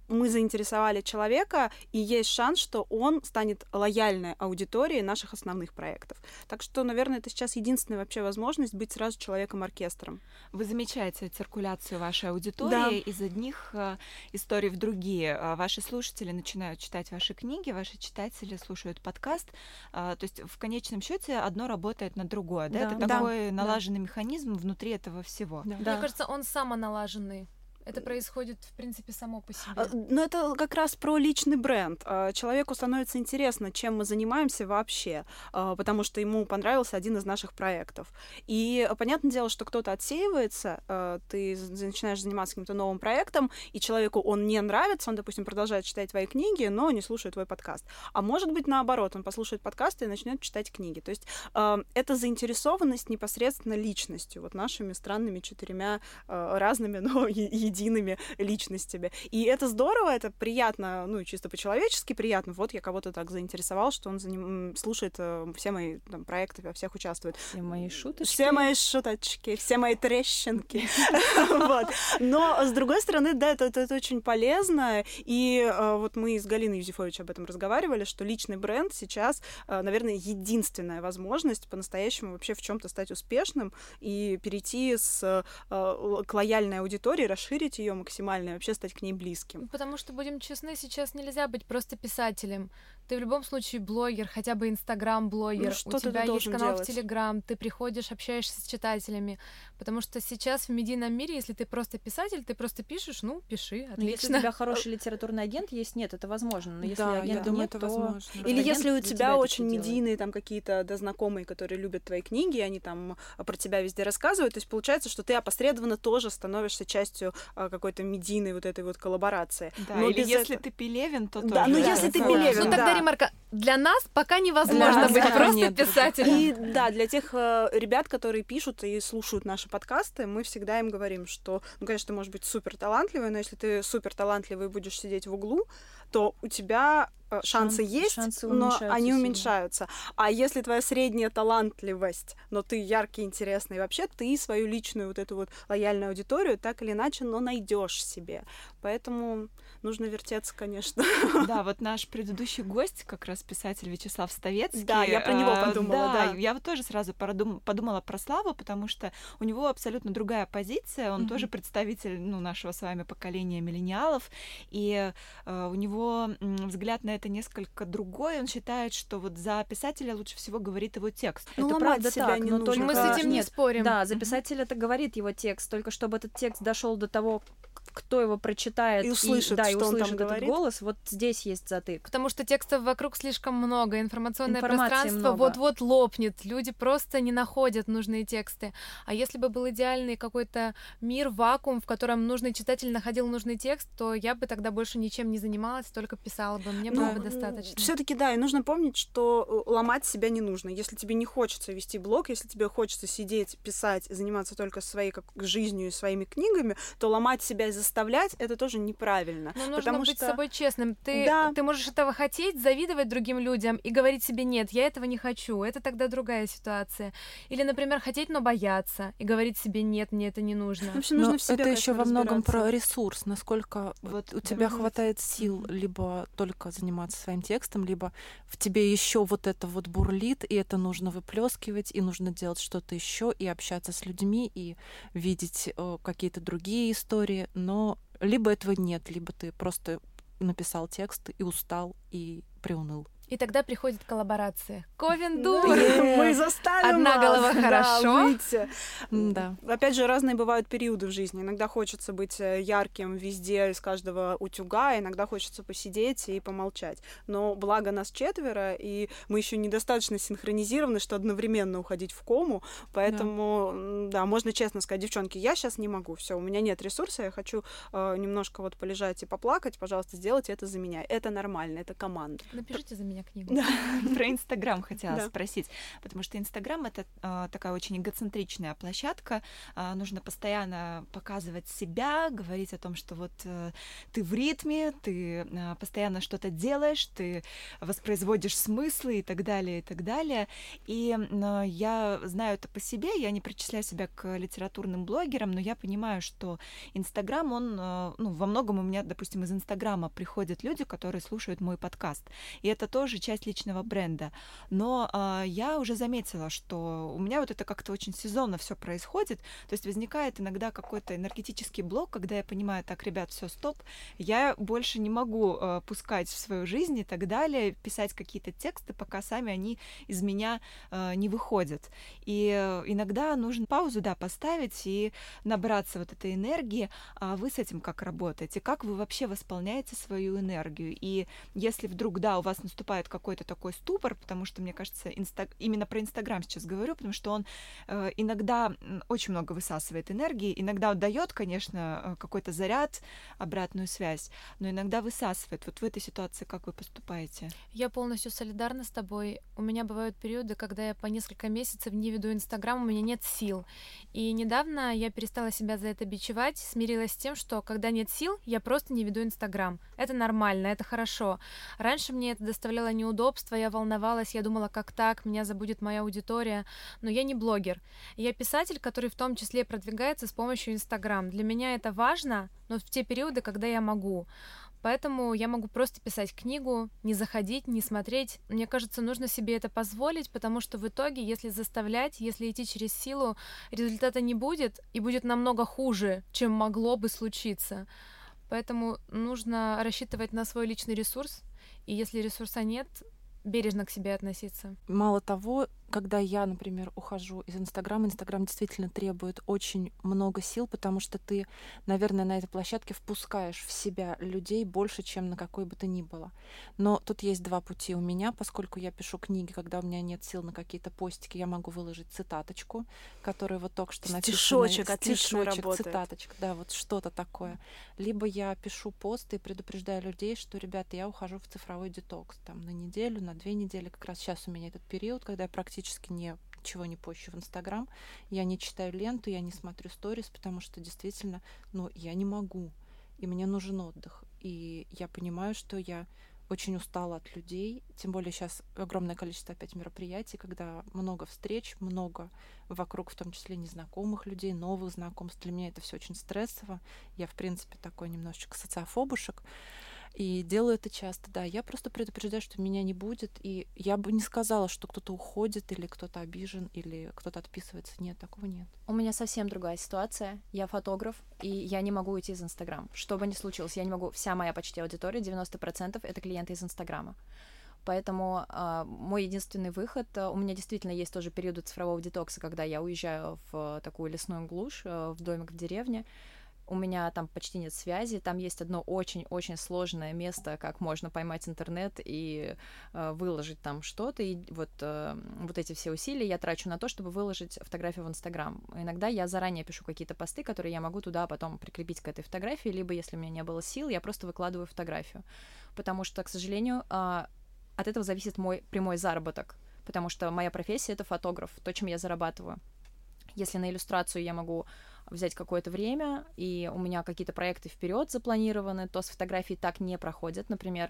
Speaker 3: мы заинтересовали человека, и есть шанс, что он станет лояльной аудиторией наших основных проектов. Так что, наверное, это сейчас единственная вообще возможность быть сразу человеком-оркестром.
Speaker 2: Вы замечаете циркуляцию вашей аудитории
Speaker 3: Да.
Speaker 2: из одних историй в другие. Ваши слушатели начинают читать ваши книги, ваши читатели слушают подкаст. То есть в конечном счете одно работает на другое. Да?
Speaker 4: Да.
Speaker 2: Это
Speaker 3: Да.
Speaker 2: такой налаженный механизм внутри этого всего.
Speaker 6: Да.
Speaker 4: Да.
Speaker 5: Мне кажется, он самоналаженный. Это происходит, в принципе, само по себе.
Speaker 3: Но это как раз про личный бренд. Человеку становится интересно, чем мы занимаемся вообще, потому что ему понравился один из наших проектов. И понятное дело, что кто-то отсеивается, ты начинаешь заниматься каким-то новым проектом, и человеку он не нравится, он, допустим, продолжает читать твои книги, но не слушает твой подкаст. А может быть, наоборот, он послушает подкаст и начнет читать книги. То есть это заинтересованность непосредственно личностью, вот нашими странными 4 разными, но едиными личностями. И это здорово, это приятно, ну, чисто по-человечески приятно. Вот я кого-то так заинтересовал, что он слушает все мои там, проекты, во всех участвует.
Speaker 4: Все мои шуточки.
Speaker 3: Все мои шуточки, все мои трещинки. Вот. Но, с другой стороны, да, это очень полезно. И вот мы с Галиной Юзефович об этом разговаривали, что личный бренд сейчас, наверное, единственная возможность по-настоящему вообще в чем-то стать успешным и перейти к лояльной аудитории, расширить ее максимально и вообще стать к ней близким.
Speaker 5: Потому что, будем честны, сейчас нельзя быть просто писателем. Ты в любом случае блогер, хотя бы инстаграм-блогер.
Speaker 3: Ну, что
Speaker 5: У
Speaker 3: ты
Speaker 5: тебя есть
Speaker 3: должен
Speaker 5: канал
Speaker 3: делать?
Speaker 5: в Телеграм, ты приходишь, общаешься с читателями. Потому что сейчас в медийном мире, если ты просто писатель, ты просто пишешь, ну, пиши,
Speaker 4: Но если у
Speaker 5: отлично.
Speaker 4: тебя хороший литературный агент есть, нет, это возможно. Но если
Speaker 6: Да, я
Speaker 4: агента
Speaker 6: думаю,
Speaker 4: нет,
Speaker 6: это
Speaker 4: то...
Speaker 6: возможно.
Speaker 3: Или
Speaker 4: агент
Speaker 3: если у
Speaker 4: за
Speaker 3: тебя
Speaker 4: тебя это
Speaker 3: очень
Speaker 4: всё делает.
Speaker 3: медийные там какие-то знакомые, которые любят твои книги, они там про тебя везде рассказывают, то есть получается, что ты опосредованно тоже становишься частью какой-то медийной вот этой вот коллаборации.
Speaker 2: Да,
Speaker 3: Но
Speaker 2: или
Speaker 3: без
Speaker 2: если
Speaker 3: этого-
Speaker 2: ты Пелевин, то
Speaker 3: Да,
Speaker 2: тоже.
Speaker 3: ну если ты
Speaker 2: Да.
Speaker 3: Пелевин,
Speaker 5: Ну тогда,
Speaker 3: да.
Speaker 5: ремарка, для нас пока невозможно
Speaker 6: нас
Speaker 5: быть
Speaker 6: пока
Speaker 5: просто
Speaker 6: нет.
Speaker 5: писателем.
Speaker 3: И да, для тех ребят, которые пишут и слушают наши подкасты, мы всегда им говорим, что, ну, конечно, ты можешь быть супер талантливый, но если ты супер талантливый и будешь сидеть в углу, то у тебя шансы есть,
Speaker 4: шансы
Speaker 3: но
Speaker 4: уменьшаются
Speaker 3: они
Speaker 4: сильно.
Speaker 3: уменьшаются. А если твоя средняя талантливость, но ты яркий, интересный, вообще ты свою личную вот эту вот лояльную аудиторию так или иначе, но найдешь себе. Поэтому нужно вертеться, конечно.
Speaker 2: Да, вот наш предыдущий гость, как раз писатель Вячеслав Ставецкий.
Speaker 3: Да, я про него подумала, да.
Speaker 2: Я вот тоже сразу подумала про Славу, потому что у него абсолютно другая позиция, он тоже представитель, ну, нашего с вами поколения миллениалов, и у него взгляд на это несколько другой, он считает, что вот за писателя лучше всего говорит его текст.
Speaker 3: Ну,
Speaker 4: это
Speaker 3: ломать
Speaker 4: правда
Speaker 3: себя
Speaker 4: так,
Speaker 3: не
Speaker 4: но
Speaker 3: нужно.
Speaker 4: только...
Speaker 5: Мы с этим не
Speaker 4: Нет,
Speaker 5: спорим.
Speaker 4: Да, за писателя это говорит его текст, только чтобы этот текст дошел до того, кто его прочитает
Speaker 3: И услышит,
Speaker 4: и
Speaker 3: что он там
Speaker 4: услышит этот
Speaker 3: говорит.
Speaker 4: голос, вот здесь есть затык.
Speaker 5: Потому что текстов вокруг слишком много, информационное
Speaker 4: Информации
Speaker 5: пространство
Speaker 4: много.
Speaker 5: вот-вот лопнет, люди просто не находят нужные тексты. А если бы был идеальный какой-то мир, вакуум, в котором нужный читатель находил нужный текст, то я бы тогда больше ничем не занималась, только писала бы, мне было бы достаточно.
Speaker 3: Все-таки да, и нужно помнить, что ломать себя не нужно. Если тебе не хочется вести блог, если тебе хочется сидеть, писать, заниматься только своей жизнью и своими книгами, то ломать себя и заставлять это тоже неправильно.
Speaker 5: Но нужно
Speaker 3: потому
Speaker 5: быть
Speaker 3: что
Speaker 5: с собой честным.
Speaker 3: Да.
Speaker 5: Ты можешь этого хотеть, завидовать другим людям и говорить себе «нет, я этого не хочу». Это тогда другая ситуация. Или, например, хотеть, но бояться и говорить себе «нет, мне это не нужно».
Speaker 3: в общем,
Speaker 6: Но
Speaker 3: нужно в себе,
Speaker 6: это еще
Speaker 3: конечно,
Speaker 6: во многом про
Speaker 3: разбираться.
Speaker 6: ресурс, насколько
Speaker 2: Вот,
Speaker 6: у тебя
Speaker 2: да.
Speaker 6: хватает сил либо только заниматься своим текстом, либо в тебе еще вот это вот бурлит, и это нужно выплескивать, и нужно делать что-то еще, и общаться с людьми, и видеть какие-то другие истории, но либо этого нет, либо ты просто написал текст и устал, и приуныл.
Speaker 5: И тогда приходит коллаборация. Ковендур!
Speaker 3: Мы заставим
Speaker 5: Одна
Speaker 3: вас,
Speaker 5: голова
Speaker 3: да,
Speaker 5: хорошо.
Speaker 3: выйти.
Speaker 6: Да.
Speaker 3: Опять же, разные бывают периоды в жизни. Иногда хочется быть ярким везде, из каждого утюга, иногда хочется посидеть и помолчать. Но благо нас 4, и мы еще недостаточно синхронизированы, что одновременно уходить в кому. Поэтому, да, можно честно сказать, девчонки, я сейчас не могу, все, у меня нет ресурса, я хочу немножко вот полежать и поплакать, пожалуйста, сделайте это за меня. Это нормально, это команда.
Speaker 5: Напишите за меня. меня книгу.
Speaker 2: Про Инстаграм хотела спросить, потому что Инстаграм — это такая очень эгоцентричная площадка. Нужно постоянно показывать себя, говорить о том, что вот ты в ритме, ты постоянно что-то делаешь, ты воспроизводишь смыслы и так далее, и так далее. И я знаю это по себе, я не причисляю себя к литературным блогерам, но я понимаю, что Инстаграм, он, во многом у меня, допустим, из Инстаграма приходят люди, которые слушают мой подкаст. И это тоже часть личного бренда. Но я уже заметила, что у меня вот это как-то очень сезонно все происходит. То есть возникает иногда какой-то энергетический блок, когда я понимаю, так, ребят, все, стоп, я больше не могу пускать в свою жизнь и так далее, писать какие-то тексты, пока сами они из меня не выходят. И иногда нужно паузу, поставить и набраться вот этой энергии. А вы с этим как работаете? Как вы вообще восполняете свою энергию? И если вдруг, у вас наступает какой-то такой ступор, потому что, мне кажется, именно про Инстаграм сейчас говорю, потому что он иногда очень много высасывает энергии, иногда дает, конечно, какой-то заряд, обратную связь, но иногда высасывает. Вот в этой ситуации как вы поступаете?
Speaker 5: Я полностью солидарна с тобой. У меня бывают периоды, когда я по несколько месяцев не веду Инстаграм, у меня нет сил. И недавно я перестала себя за это бичевать, смирилась с тем, что когда нет сил, я просто не веду Инстаграм. Это нормально, это хорошо. Раньше мне это доставляло неудобства, я волновалась, я думала, как так, меня забудет моя аудитория. Но я не блогер. Я писатель, который в том числе продвигается с помощью Инстаграм. Для меня это важно, но в те периоды, когда я могу. Поэтому я могу просто писать книгу, не заходить, не смотреть. Мне кажется, нужно себе это позволить, потому что в итоге, если заставлять, если идти через силу, результата не будет, и будет намного хуже, чем могло бы случиться. Поэтому нужно рассчитывать на свой личный ресурс, и если ресурса нет, бережно к себе относиться.
Speaker 6: Мало того, когда я, например, ухожу из Инстаграма, Инстаграм действительно требует очень много сил, потому что ты, наверное, на этой площадке впускаешь в себя людей больше, чем на какой бы то ни было. Но тут есть два пути у меня, поскольку я пишу книги, когда у меня нет сил на какие-то постики, я могу выложить цитаточку, которая вот только что написана.
Speaker 3: Стишочек, отлично работает.
Speaker 6: Цитаточка, вот что-то такое. Либо я пишу посты и предупреждаю людей, что, ребята, я ухожу в цифровой детокс, на неделю, на 2 недели. Как раз сейчас у меня этот период, когда я практически ничего не пощу в Инстаграм, я не читаю ленту, я не смотрю сторис, потому что действительно, я не могу, и мне нужен отдых. И я понимаю, что я очень устала от людей, тем более сейчас огромное количество опять мероприятий, когда много встреч, много вокруг, в том числе незнакомых людей, новых знакомств. Для меня это все очень стрессово. Я, в принципе, такой немножечко социофобушек. И делаю это часто, Я просто предупреждаю, что меня не будет. И я бы не сказала, что кто-то уходит, или кто-то обижен, или кто-то отписывается. Нет, такого нет.
Speaker 4: У меня совсем другая ситуация. Я фотограф, и я не могу уйти из Инстаграма. Что бы ни случилось, я не могу. Вся моя почти аудитория, 90% — это клиенты из Инстаграма. Поэтому мой единственный выход, у меня действительно есть тоже периоды цифрового детокса, когда я уезжаю в такую лесную глушь, в домик в деревне. У меня там почти нет связи, там есть одно очень-очень сложное место, как можно поймать интернет и выложить там что-то, и вот эти все усилия я трачу на то, чтобы выложить фотографию в Инстаграм. Иногда я заранее пишу какие-то посты, которые я могу туда потом прикрепить к этой фотографии, либо, если у меня не было сил, я просто выкладываю фотографию, потому что, к сожалению, от этого зависит мой прямой заработок, потому что моя профессия — это фотограф, то, чем я зарабатываю. Если на иллюстрацию я могу взять какое-то время, и у меня какие-то проекты вперед запланированы, то с фотографией так не проходит. Например,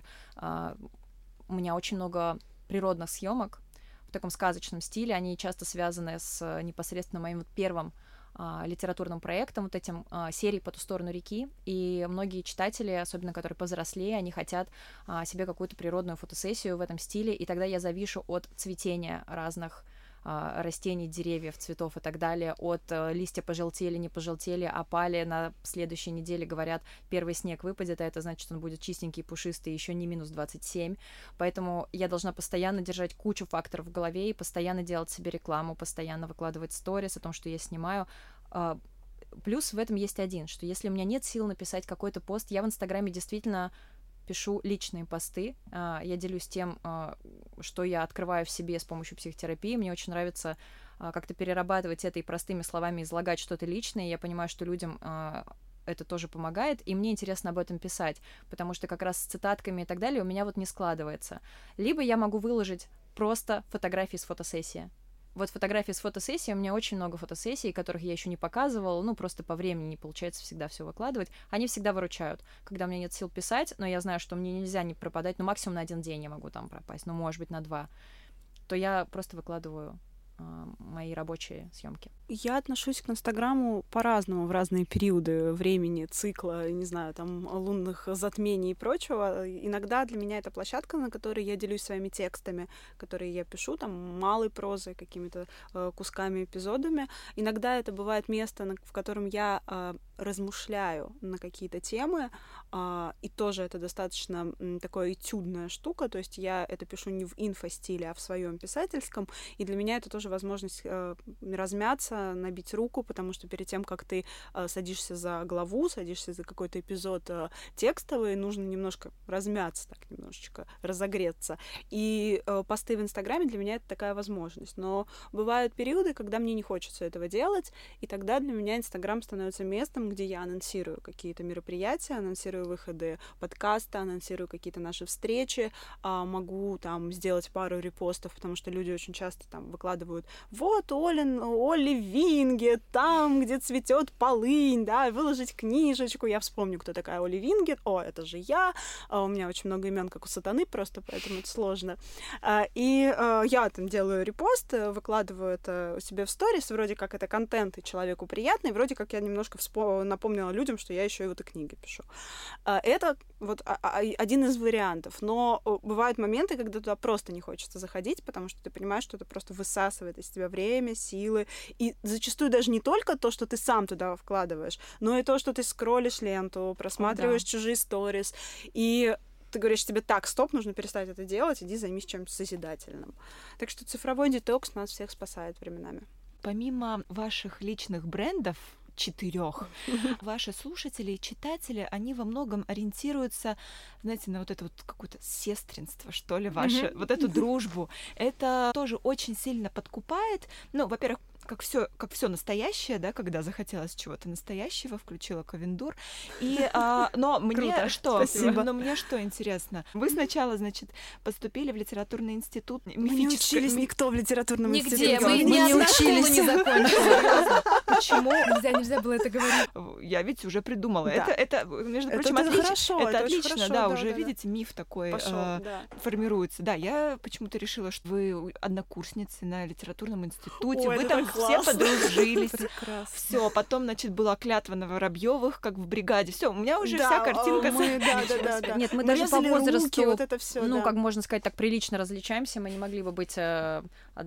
Speaker 4: у меня очень много природных съемок в таком сказочном стиле, они часто связаны с непосредственно моим первым литературным проектом, этим серией «По ту сторону реки», и многие читатели, особенно которые повзрослее, они хотят себе какую-то природную фотосессию в этом стиле, и тогда я завишу от цветения разных растений, деревьев, цветов и так далее, от листья пожелтели, не пожелтели, опали, на следующей неделе говорят, первый снег выпадет, а это значит, он будет чистенький, пушистый, еще не минус 27, поэтому я должна постоянно держать кучу факторов в голове и постоянно делать себе рекламу, постоянно выкладывать сторис о том, что я снимаю. Плюс в этом есть один, что если у меня нет сил написать какой-то пост, я в Инстаграме действительно пишу личные посты, я делюсь тем, что я открываю в себе с помощью психотерапии. Мне очень нравится как-то перерабатывать это и простыми словами излагать что-то личное. Я понимаю, что людям это тоже помогает, и мне интересно об этом писать, потому что как раз с цитатками и так далее у меня вот не складывается. Либо я могу выложить просто фотографии с фотосессии. Вот фотографии с фотосессии, у меня очень много фотосессий, которых я еще не показывала, ну, просто по времени не получается всегда все выкладывать. Они всегда выручают, когда у меня нет сил писать, но я знаю, что мне нельзя не пропадать, ну, максимум на 1 день я могу там пропасть, ну, может быть, на 2, то я просто выкладываю мои рабочие съемки.
Speaker 3: Я отношусь к Инстаграму по-разному в разные периоды времени, цикла, не знаю, там, лунных затмений и прочего. Иногда для меня это площадка, на которой я делюсь своими текстами, которые я пишу, там, малой прозой, какими-то кусками, эпизодами. Иногда это бывает место, в котором я размышляю на какие-то темы, и тоже это достаточно такая этюдная штука, то есть я это пишу не в инфостиле, а в своем писательском, и для меня это тоже возможность размяться, набить руку, потому что перед тем, как ты садишься за главу, садишься за какой-то эпизод текстовый, нужно немножко размяться, так немножечко разогреться. И посты в Инстаграме для меня это такая возможность. Но бывают периоды, когда мне не хочется этого делать, и тогда для меня Инстаграм становится местом, где я анонсирую какие-то мероприятия, анонсирую выходы подкаста, анонсирую какие-то наши встречи, могу там сделать пару репостов, потому что люди очень часто там выкладывают: вот Олли Вингет, там, где цветет полынь, да, выложить книжечку. Я вспомню, кто такая Олли Вингет. О, это же я. У меня очень много имен, как у сатаны, просто поэтому это сложно. И я там делаю репост, выкладываю это у себя в сторис, вроде как это контент и человеку приятный, вроде как я немножко напомнила людям, что я еще и вот и книги пишу. Это вот один из вариантов. Но бывают моменты, когда туда просто не хочется заходить, потому что ты понимаешь, что это просто высасывает из тебя время, силы. И зачастую даже не только то, что ты сам туда вкладываешь, но и то, что ты скроллишь ленту, просматриваешь чужие сторис. И ты говоришь себе: так, стоп, нужно перестать это делать, иди займись чем-то созидательным. Так что цифровой детокс нас всех спасает временами.
Speaker 2: Помимо ваших личных брендов, 4. Ваши слушатели и читатели, они во многом ориентируются, знаете, на вот это вот какое-то сестринство, что ли, ваше, вот эту дружбу. Это тоже очень сильно подкупает. Ну, во-первых, как все настоящее, да, когда захотелось чего-то настоящего, включила Ковендур. Но мне что интересно? Вы сначала, значит, поступили в литературный институт.
Speaker 3: Мы не учились никто в литературном институте.
Speaker 5: Нигде, мы ни одна школа не закончила.
Speaker 2: Почему?
Speaker 5: Нельзя было это говорить.
Speaker 2: Я ведь уже придумала.
Speaker 3: Да.
Speaker 2: Это, между прочим,
Speaker 3: это
Speaker 2: отлично.
Speaker 3: хорошо,
Speaker 2: это
Speaker 3: очень
Speaker 2: отлично,
Speaker 3: хорошо,
Speaker 2: да,
Speaker 3: да,
Speaker 2: уже,
Speaker 3: да,
Speaker 2: видите, миф такой формируется. Да, я почему-то решила, что вы однокурсницы на литературном институте,
Speaker 3: Ой,
Speaker 2: вы там все подружились.
Speaker 3: Прекрасно.
Speaker 2: Все, потом, значит, была клятва на Воробьёвых, как в бригаде. Все, у меня уже вся картинка.
Speaker 3: Да.
Speaker 4: Нет, мы даже по возрасту,
Speaker 3: вот это всё,
Speaker 4: как можно сказать, так прилично различаемся. Мы не могли бы быть на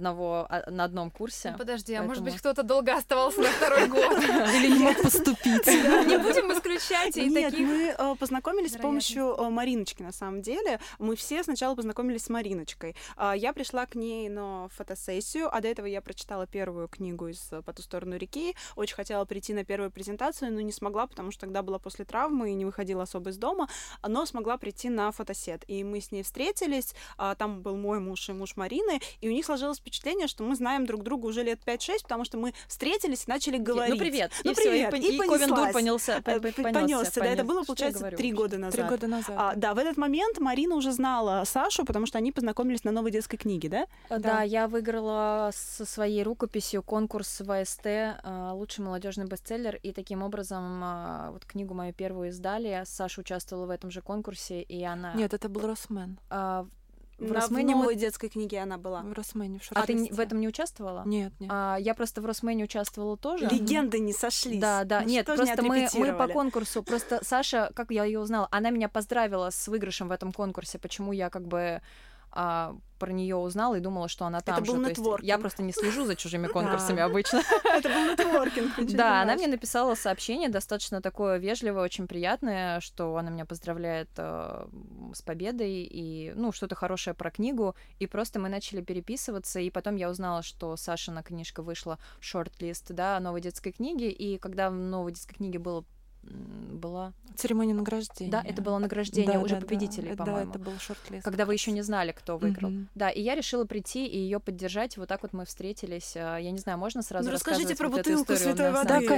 Speaker 4: одном курсе.
Speaker 5: Подожди, а может быть, кто-то долго оставался на второй год?
Speaker 6: Или не мог поступить.
Speaker 5: Не будем исключать и
Speaker 3: Нет,
Speaker 5: таких.
Speaker 3: мы познакомились с помощью Мариночки, на самом деле. Мы все сначала познакомились с Мариночкой. Я пришла к ней на фотосессию, а до этого я прочитала первую книгу из «По ту сторону реки». Очень хотела прийти на первую презентацию, но не смогла, потому что тогда была после травмы и не выходила особо из дома, но смогла прийти на фотосет. И мы с ней встретились, там был мой муж и муж Марины, и у них сложилось впечатление, что мы знаем друг друга уже лет 5-6, потому что мы встретились и начали говорить.
Speaker 4: Ну, привет.
Speaker 3: И
Speaker 4: Ковендур понесся.
Speaker 3: Да, это было, получается, 3 года назад.
Speaker 6: 3 года назад.
Speaker 3: Да, в этот момент Марина уже знала Сашу, потому что они познакомились на новой детской книге, да?
Speaker 4: Да, я выиграла со своей рукописью конкурс ВСТ «Лучший молодежный бестселлер», и таким образом вот книгу мою первую издали. Саша участвовала в этом же конкурсе, и она...
Speaker 6: Нет, это был Росмен.
Speaker 3: В новой детской книге она была.
Speaker 6: В Росмене, в
Speaker 4: А ты
Speaker 6: шорт-листе.
Speaker 4: в этом не участвовала?
Speaker 6: Нет.
Speaker 4: Я просто в Росмене участвовала тоже.
Speaker 3: Легенды не сошлись.
Speaker 4: Да. Нет,
Speaker 3: что же не
Speaker 4: просто мы по
Speaker 3: отрепетировали?
Speaker 4: конкурсу. Просто Саша, как я ее узнала, она меня поздравила с выигрышем в этом конкурсе. Почему я как бы про нее узнала и думала, что она там
Speaker 3: Это
Speaker 4: же.
Speaker 3: был
Speaker 4: То есть
Speaker 3: нетворкинг.
Speaker 4: я просто не слежу за чужими конкурсами обычно.
Speaker 3: Это был нетворкинг.
Speaker 4: Да, она мне написала сообщение достаточно такое вежливое, очень приятное, что она меня поздравляет с победой и, что-то хорошее про книгу, и просто мы начали переписываться, и потом я узнала, что Сашина книжка вышла в шорт-лист, да, новой детской книги, и когда в новой детской книге было была...
Speaker 6: Церемония награждения.
Speaker 4: Да, это было награждение уже победителей, по-моему.
Speaker 6: Да, это был шорт-лист.
Speaker 4: Когда вы еще не знали, кто выиграл. Да, и я решила прийти и ее поддержать. Вот так вот мы встретились. Я не знаю, можно сразу рассказывать
Speaker 3: расскажите про
Speaker 4: вот
Speaker 3: бутылку
Speaker 4: эту историю?
Speaker 3: святой воды.
Speaker 6: Да,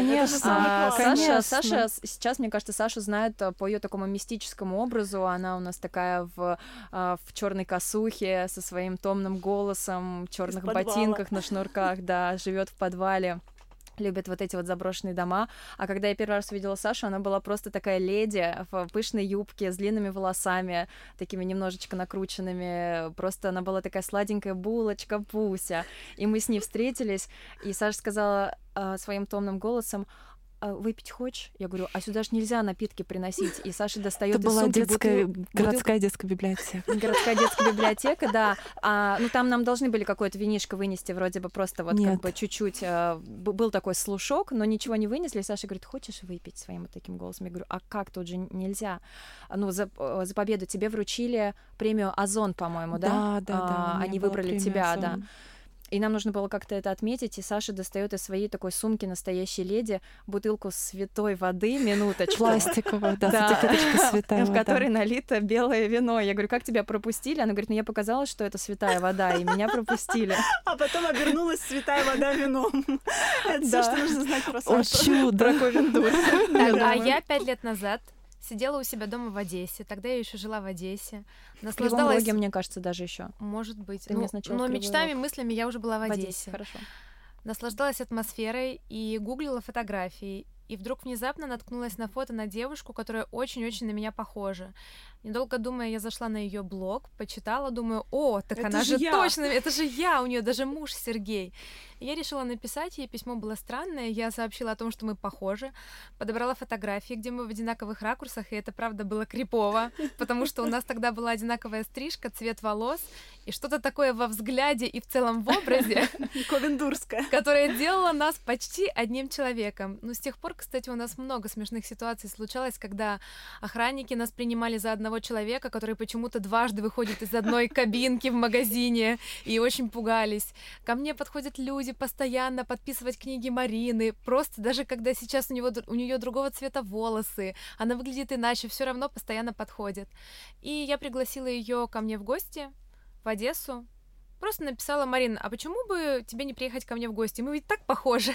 Speaker 6: конечно.
Speaker 4: Саша, сейчас, мне кажется, Сашу знают по ее такому мистическому образу. Она у нас такая в черной косухе со своим томным голосом, черных ботинках на шнурках, да, живет в подвале. Любят вот эти вот заброшенные дома. А когда я первый раз увидела Сашу, она была просто такая леди в пышной юбке с длинными волосами, такими немножечко накрученными. Просто она была такая сладенькая булочка Пуся. И мы с ней встретились, и Саша сказала своим томным голосом: выпить хочешь? Я говорю, а сюда ж нельзя напитки приносить. И Саша достает из сумки
Speaker 6: городская детская библиотека.
Speaker 4: Городская детская библиотека, да. Ну, там нам должны были какое-то винишко вынести, вроде бы просто вот как бы чуть-чуть. Был такой слушок, но ничего не вынесли. И Саша говорит, хочешь выпить своим вот таким голосом? Я говорю, а как, тут же нельзя. Ну, за победу тебе вручили премию «Озон», по-моему, да?
Speaker 6: Да.
Speaker 4: Они выбрали тебя, да. И нам нужно было как-то это отметить, и Саша достает из своей такой сумки настоящей леди бутылку святой воды, минуточку.
Speaker 6: Пластиковую, да, с этикеточкой святая вода.
Speaker 4: В которой налито белое вино. Я говорю, как тебя пропустили? Она говорит, мне показалось, что это святая вода, и меня пропустили.
Speaker 3: А потом обернулась святая вода вином. Это всё, что нужно знать про Сашу.
Speaker 6: О, чудо!
Speaker 4: Про Ковендур.
Speaker 5: А я 5 лет назад сидела у себя дома в Одессе. Тогда я еще жила в Одессе.
Speaker 4: Наслаждалась... В Кривом Роге, мне кажется, даже еще.
Speaker 5: Может быть.
Speaker 4: Но
Speaker 5: мечтами, мыслями я уже была в Одессе.
Speaker 4: Хорошо.
Speaker 5: Наслаждалась атмосферой и гуглила фотографии. И вдруг внезапно наткнулась на фото на девушку, которая очень-очень на меня похожа. Недолго думая, я зашла на ее блог, почитала, думаю, так
Speaker 3: это
Speaker 5: она же
Speaker 3: я.
Speaker 5: точно, это же я, у нее даже муж Сергей. И я решила написать ей, письмо было странное, я сообщила о том, что мы похожи, подобрала фотографии, где мы в одинаковых ракурсах, и это правда было крипово, потому что у нас тогда была одинаковая стрижка, цвет волос, и что-то такое во взгляде и в целом в образе,
Speaker 3: ковендурская,
Speaker 5: которое делало нас почти одним человеком. Но с тех пор, кстати, у нас много смешных ситуаций случалось, когда охранники нас принимали за одного человека, который почему-то дважды выходит из одной кабинки в магазине, и очень пугались. Ко мне подходят люди постоянно подписывать книги Марины, просто даже когда сейчас у нее другого цвета волосы, она выглядит иначе, все равно постоянно подходит. И я пригласила ее ко мне в гости в Одессу, просто написала: Марина, а почему бы тебе не приехать ко мне в гости? Мы ведь так похожи.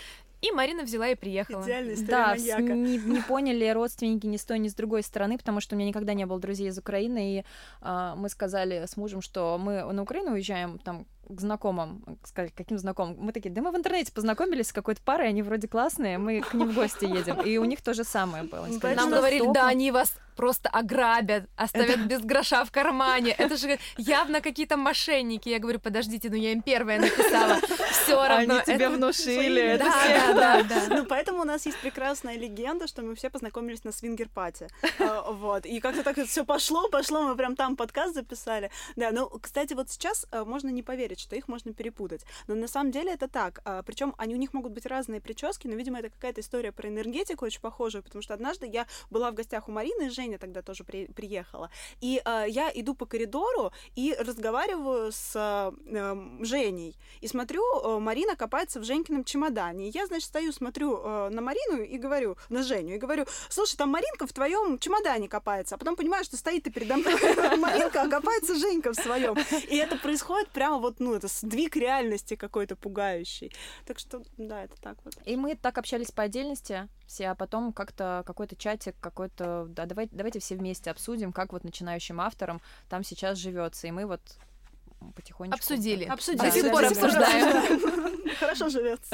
Speaker 5: И Марина взяла и приехала.
Speaker 3: Идеальная история маньяка.
Speaker 4: Не поняли родственники ни с той, ни с другой стороны, потому что у меня никогда не было друзей из Украины, и мы сказали с мужем, что мы на Украину уезжаем там к знакомым. Сказали, каким знакомым? Мы такие, да мы в интернете познакомились с какой-то парой, они вроде классные, мы к ним в гости едем. И у них то же самое было.
Speaker 5: Нам говорили, да, они вас просто ограбят, оставят без гроша в кармане. Это же явно какие-то мошенники. Я говорю, подождите, я им первая написала. Все равно.
Speaker 4: Они тебе внушили.
Speaker 3: Да. Ну, поэтому у нас есть прекрасная легенда, что мы все познакомились на свингер-пати. Вот. И как-то так все пошло, мы прям там подкаст записали. Да, ну, кстати, вот сейчас можно не поверить, что их можно перепутать. Но на самом деле это так. Причем у них могут быть разные прически, но, видимо, это какая-то история про энергетику очень похожая, потому что однажды я была в гостях у Марины, и Женя тогда тоже приехала. И я иду по коридору и разговариваю с Женей. И смотрю, Марина копается в Женькином чемодане. И я, значит, стою, смотрю на Марину и говорю, на Женю, и говорю, слушай, там Маринка в твоем чемодане копается. А потом понимаю, что стоит и передо мной Маринка, а копается Женька в своем. И это происходит прямо вот, это сдвиг реальности какой-то пугающий. Так что, да, это так вот.
Speaker 4: И мы так общались по отдельности все, а потом как-то какой-то чатик, какой-то... Да, давайте все вместе обсудим, как вот начинающим авторам там сейчас живется. И мы вот потихонечку...
Speaker 5: Обсудили.
Speaker 4: Да.
Speaker 5: До сих пор обсуждаем.
Speaker 3: Хорошо живется.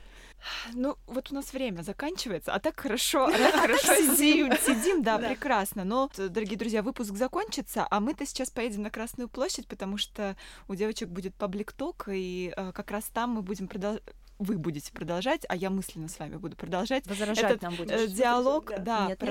Speaker 2: Ну, вот у нас время заканчивается, а так хорошо сидим, да, прекрасно. Но, дорогие друзья, выпуск закончится, а мы-то сейчас поедем на Красную площадь, потому что у девочек будет паблик-ток, и как раз там мы будем вы будете продолжать, а я мысленно с вами буду продолжать
Speaker 4: этот нам будешь.
Speaker 2: Диалог, да,
Speaker 4: нет,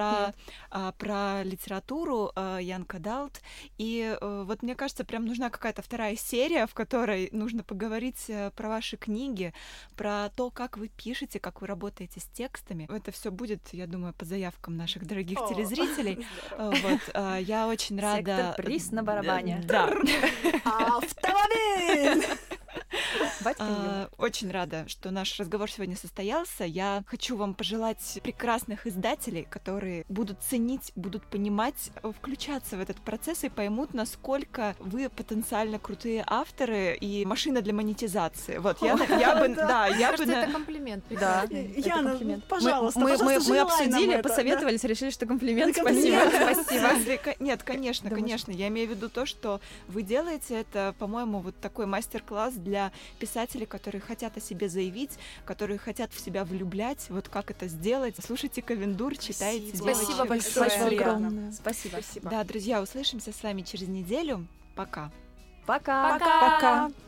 Speaker 2: про литературу Young Adult. И вот мне кажется, прям нужна какая-то вторая серия, в которой нужно поговорить про ваши книги, про то, как вы пишете, как вы работаете с текстами. Это все будет, я думаю, по заявкам наших дорогих телезрителей. Вот, я очень рада.
Speaker 4: Сектор приз на барабане.
Speaker 2: Да.
Speaker 3: Автомобиль!
Speaker 2: Очень рада, что наш разговор сегодня состоялся. Я хочу вам пожелать прекрасных издателей, которые будут ценить, будут понимать, включаться в этот процесс и поймут, насколько вы потенциально крутые авторы и машина для монетизации. Вот, я бы...
Speaker 5: Это комплимент.
Speaker 4: Да,
Speaker 3: Яна, пожалуйста,
Speaker 4: мы
Speaker 3: желай
Speaker 4: обсудили,
Speaker 3: нам это,
Speaker 4: посоветовались, решили, что комплимент.
Speaker 2: Спасибо. Нет, конечно. Я имею в виду то, что вы делаете. Это, по-моему, вот такой мастер-класс для писателей, которые хотят о себе заявить, которые хотят в себя влюблять. Вот как это сделать. Слушайте Ковендур, читайте.
Speaker 5: Спасибо большое.
Speaker 4: Спасибо.
Speaker 2: Да, друзья, услышимся с вами через неделю. Пока.
Speaker 4: Пока.